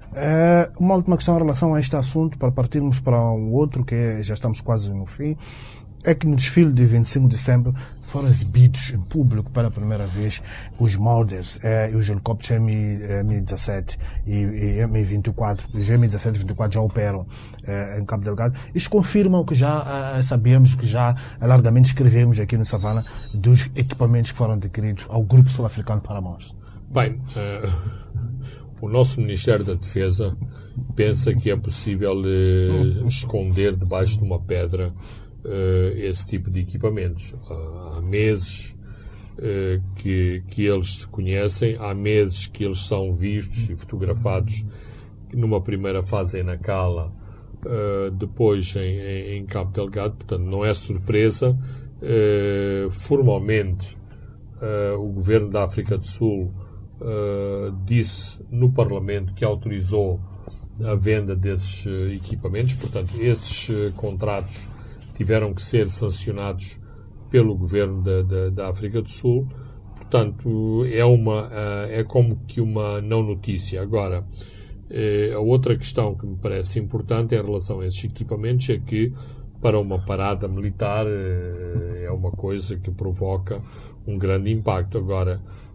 É, uma última questão em relação a este assunto, para partirmos para um outro, que é, já estamos quase no fim, é que no desfile de vinte e cinco de setembro foram exibidos em público pela primeira vez os Morders eh, e os helicópteros M dezessete e, e M vinte e quatro. Os M dezessete e vinte e quatro já operam eh, em Cabo Delgado. Isto confirma o que já eh, sabíamos, que já largamente escrevemos aqui no Savana, dos equipamentos que foram adquiridos ao Grupo Sul-Africano para Mons. Bem, uh, o nosso Ministério da Defesa pensa que é possível uh, esconder debaixo de uma pedra Uh, esse tipo de equipamentos. Uh, há meses uh, que, que eles se conhecem, há meses que eles são vistos e fotografados numa primeira fase em Nacala, uh, depois em, em, em Cabo Delgado, portanto não é surpresa. Uh, formalmente uh, o governo da África do Sul uh, disse no Parlamento que autorizou a venda desses uh, equipamentos, portanto esses uh, contratos tiveram que ser sancionados pelo governo da, da, da África do Sul. Portanto, é, uma, é como que uma não notícia. Agora, a outra questão que me parece importante em relação a esses equipamentos é que, para uma parada militar, é uma coisa que provoca um grande impacto. Agora,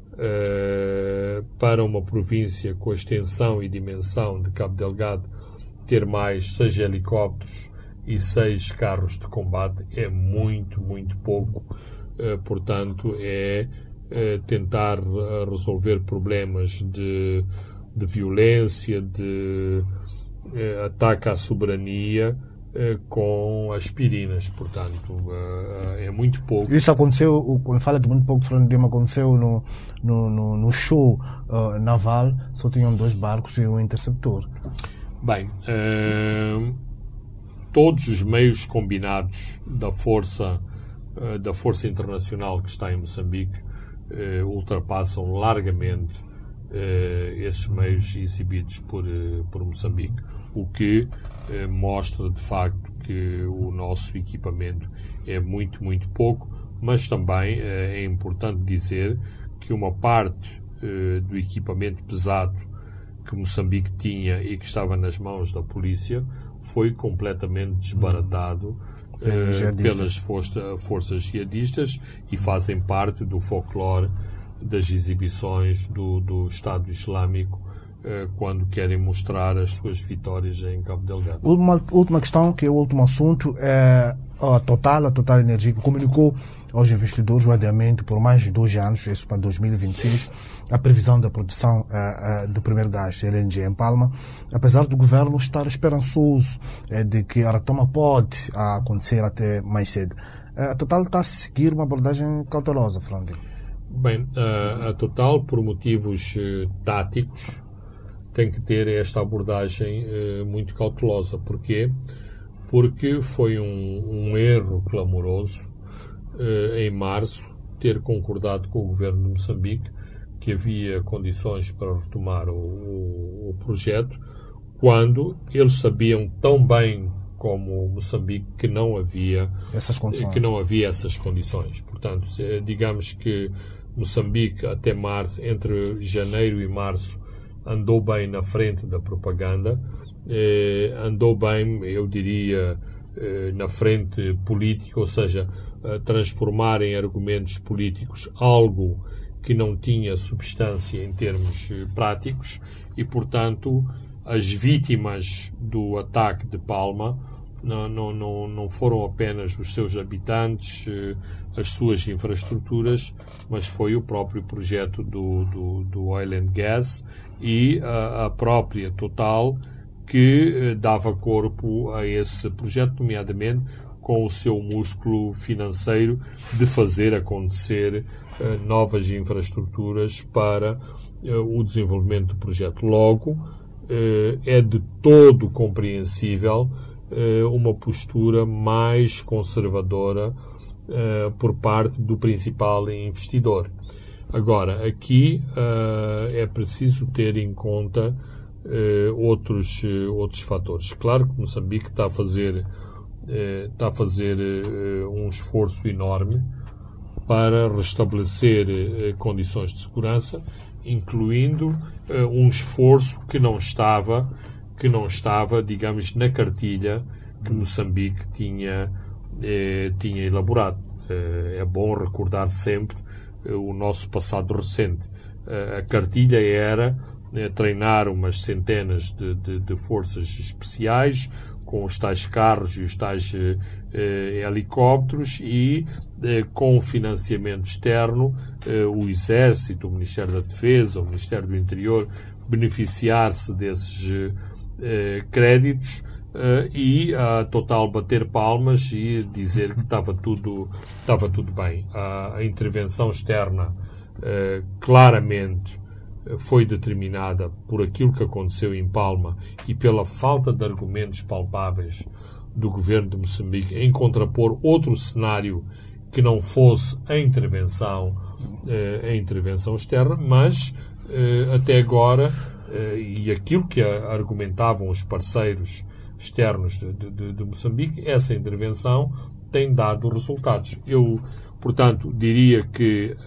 para uma província com a extensão e dimensão de Cabo Delgado, ter mais seis helicópteros e seis carros de combate é muito, muito pouco. Uh, portanto, é uh, tentar uh, resolver problemas de, de violência, de uh, ataque à soberania uh, com aspirinas. Portanto, uh, é muito pouco. Isso aconteceu, quando fala de muito pouco, Fernando Lima, aconteceu no, no, no, no show uh, naval, só tinham dois barcos e um interceptor. Bem, uh, todos os meios combinados da força, uh, da força internacional que está em Moçambique uh, ultrapassam largamente uh, esses meios exibidos por, uh, por Moçambique, o que uh, mostra de facto que o nosso equipamento é muito, muito pouco, mas também uh, é importante dizer que uma parte uh, do equipamento pesado que Moçambique tinha e que estava nas mãos da polícia foi completamente desbaratado eh, pelas força, forças jihadistas e fazem parte do folclore das exibições do, do Estado Islâmico eh, quando querem mostrar as suas vitórias em Cabo Delgado. Uma última questão, que é o último assunto, é a Total, a Total Energia, que comunicou aos investidores o adiamento por mais de dois anos, isso para dois mil e vinte e seis, a previsão da produção uh, uh, do primeiro gás L N G em Palma, apesar do governo estar esperançoso uh, de que a retoma pode uh, acontecer até mais cedo. Uh, a Total está a seguir uma abordagem cautelosa, Fernando. Bem, uh, a Total, por motivos uh, táticos, tem que ter esta abordagem uh, muito cautelosa. Porquê? Porque foi um, um erro clamoroso uh, em março ter concordado com o governo de Moçambique que havia condições para retomar o, o, o projeto, quando eles sabiam tão bem como Moçambique que não havia essas condições. que não havia essas condições. Portanto, se, digamos que Moçambique até março, entre janeiro e março, andou bem na frente da propaganda, eh, andou bem, eu diria, eh, na frente política, ou seja, eh, transformar em argumentos políticos algo que não tinha substância em termos eh, práticos e, portanto, as vítimas do ataque de Palma não, não, não, não foram apenas os seus habitantes, eh, as suas infraestruturas, mas foi o próprio projeto do, do, do Oil and Gas e a, a própria Total que eh, dava corpo a esse projeto, nomeadamente com o seu músculo financeiro de fazer acontecer eh, novas infraestruturas para eh, o desenvolvimento do projeto. Logo, eh, é de todo compreensível eh, uma postura mais conservadora eh, por parte do principal investidor. Agora, aqui uh, é preciso ter em conta uh, outros, uh, outros fatores. Claro que Moçambique está a fazer, uh, está a fazer uh, um esforço enorme para restabelecer uh, condições de segurança incluindo uh, um esforço que não estava, que não estava, digamos, na cartilha que Moçambique tinha, eh, tinha elaborado. Eh, é bom recordar sempre eh, o nosso passado recente. Eh, a cartilha era eh, treinar umas centenas de, de, de forças especiais com os tais carros e os tais eh, helicópteros e eh, com financiamento externo eh, o Exército, o Ministério da Defesa, o Ministério do Interior beneficiar-se desses eh, créditos Uh, e a Total bater palmas e dizer que estava tudo, estava tudo bem. Uh, a intervenção externa uh, claramente uh, foi determinada por aquilo que aconteceu em Palma e pela falta de argumentos palpáveis do governo de Moçambique em contrapor outro cenário que não fosse a intervenção, uh, a intervenção externa, mas uh, até agora, uh, e aquilo que a, argumentavam os parceiros externos de, de, de Moçambique, essa intervenção tem dado resultados. Eu, portanto, diria que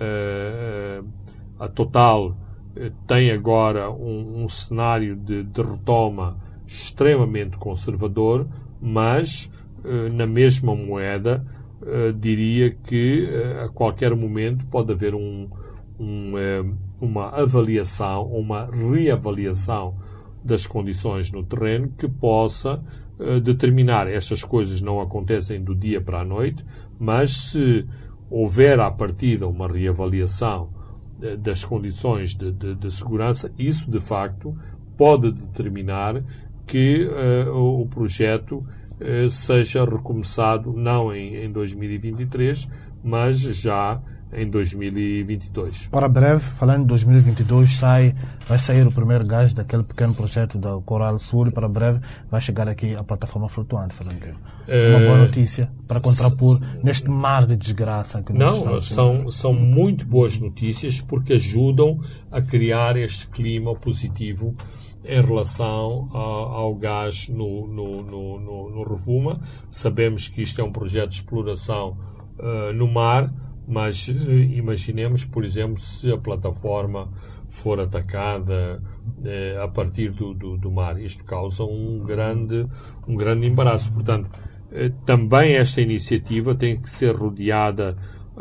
uh, a Total uh, tem agora um, um cenário de, de retoma extremamente conservador, mas, uh, na mesma moeda, uh, diria que uh, a qualquer momento pode haver um, um, uh, uma avaliação, uma reavaliação das condições no terreno que possa uh, determinar. Estas coisas não acontecem do dia para a noite, mas se houver à partida uma reavaliação uh, das condições de, de, de segurança, isso de facto pode determinar que uh, o, o projeto uh, seja recomeçado não em, em dois mil e vinte e três, mas já em dois mil e vinte e dois. Para breve, falando de dois mil e vinte e dois, sai, vai sair o primeiro gás daquele pequeno projeto da Coral Sul. Para breve vai chegar aqui a plataforma flutuante, Fernando. É uma boa notícia para contrapor neste mar de desgraça que nós Não, são, são muito boas notícias porque ajudam a criar este clima positivo em relação ao, ao gás no, no, no, no, no Rovuma. Sabemos que isto é um projeto de exploração uh, no mar, mas imaginemos, por exemplo, se a plataforma for atacada eh, a partir do, do, do mar. Isto causa um grande, um grande embaraço. Portanto, eh, também esta iniciativa tem que ser rodeada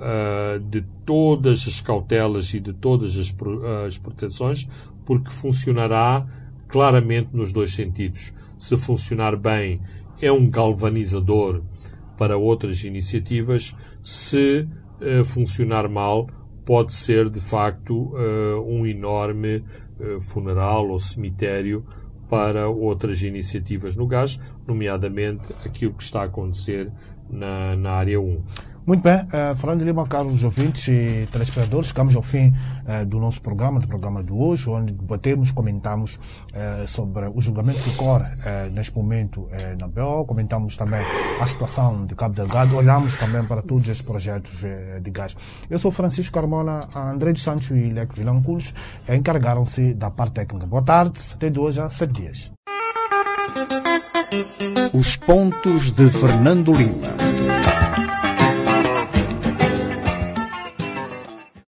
uh, de todas as cautelas e de todas as, as proteções, porque funcionará claramente nos dois sentidos. Se funcionar bem, é um galvanizador para outras iniciativas. Se Uh, funcionar mal, pode ser de facto uh, um enorme uh, funeral ou cemitério para outras iniciativas no gás, nomeadamente aquilo que está a acontecer na, na área um. Muito bem, uh, Fernando Lima, caros ouvintes e telespectadores, chegamos ao fim uh, do nosso programa, do programa de hoje, onde debatemos, comentamos uh, sobre o julgamento que ocorre uh, neste momento uh, na B O, comentamos também a situação de Cabo Delgado, olhamos também para todos estes projetos uh, de gás. Eu sou Francisco Carmona, André dos Santos e Leque Vilanculos uh, encarregaram-se da parte técnica. Boa tarde, até de hoje a sete dias. Os pontos de Fernando Lima.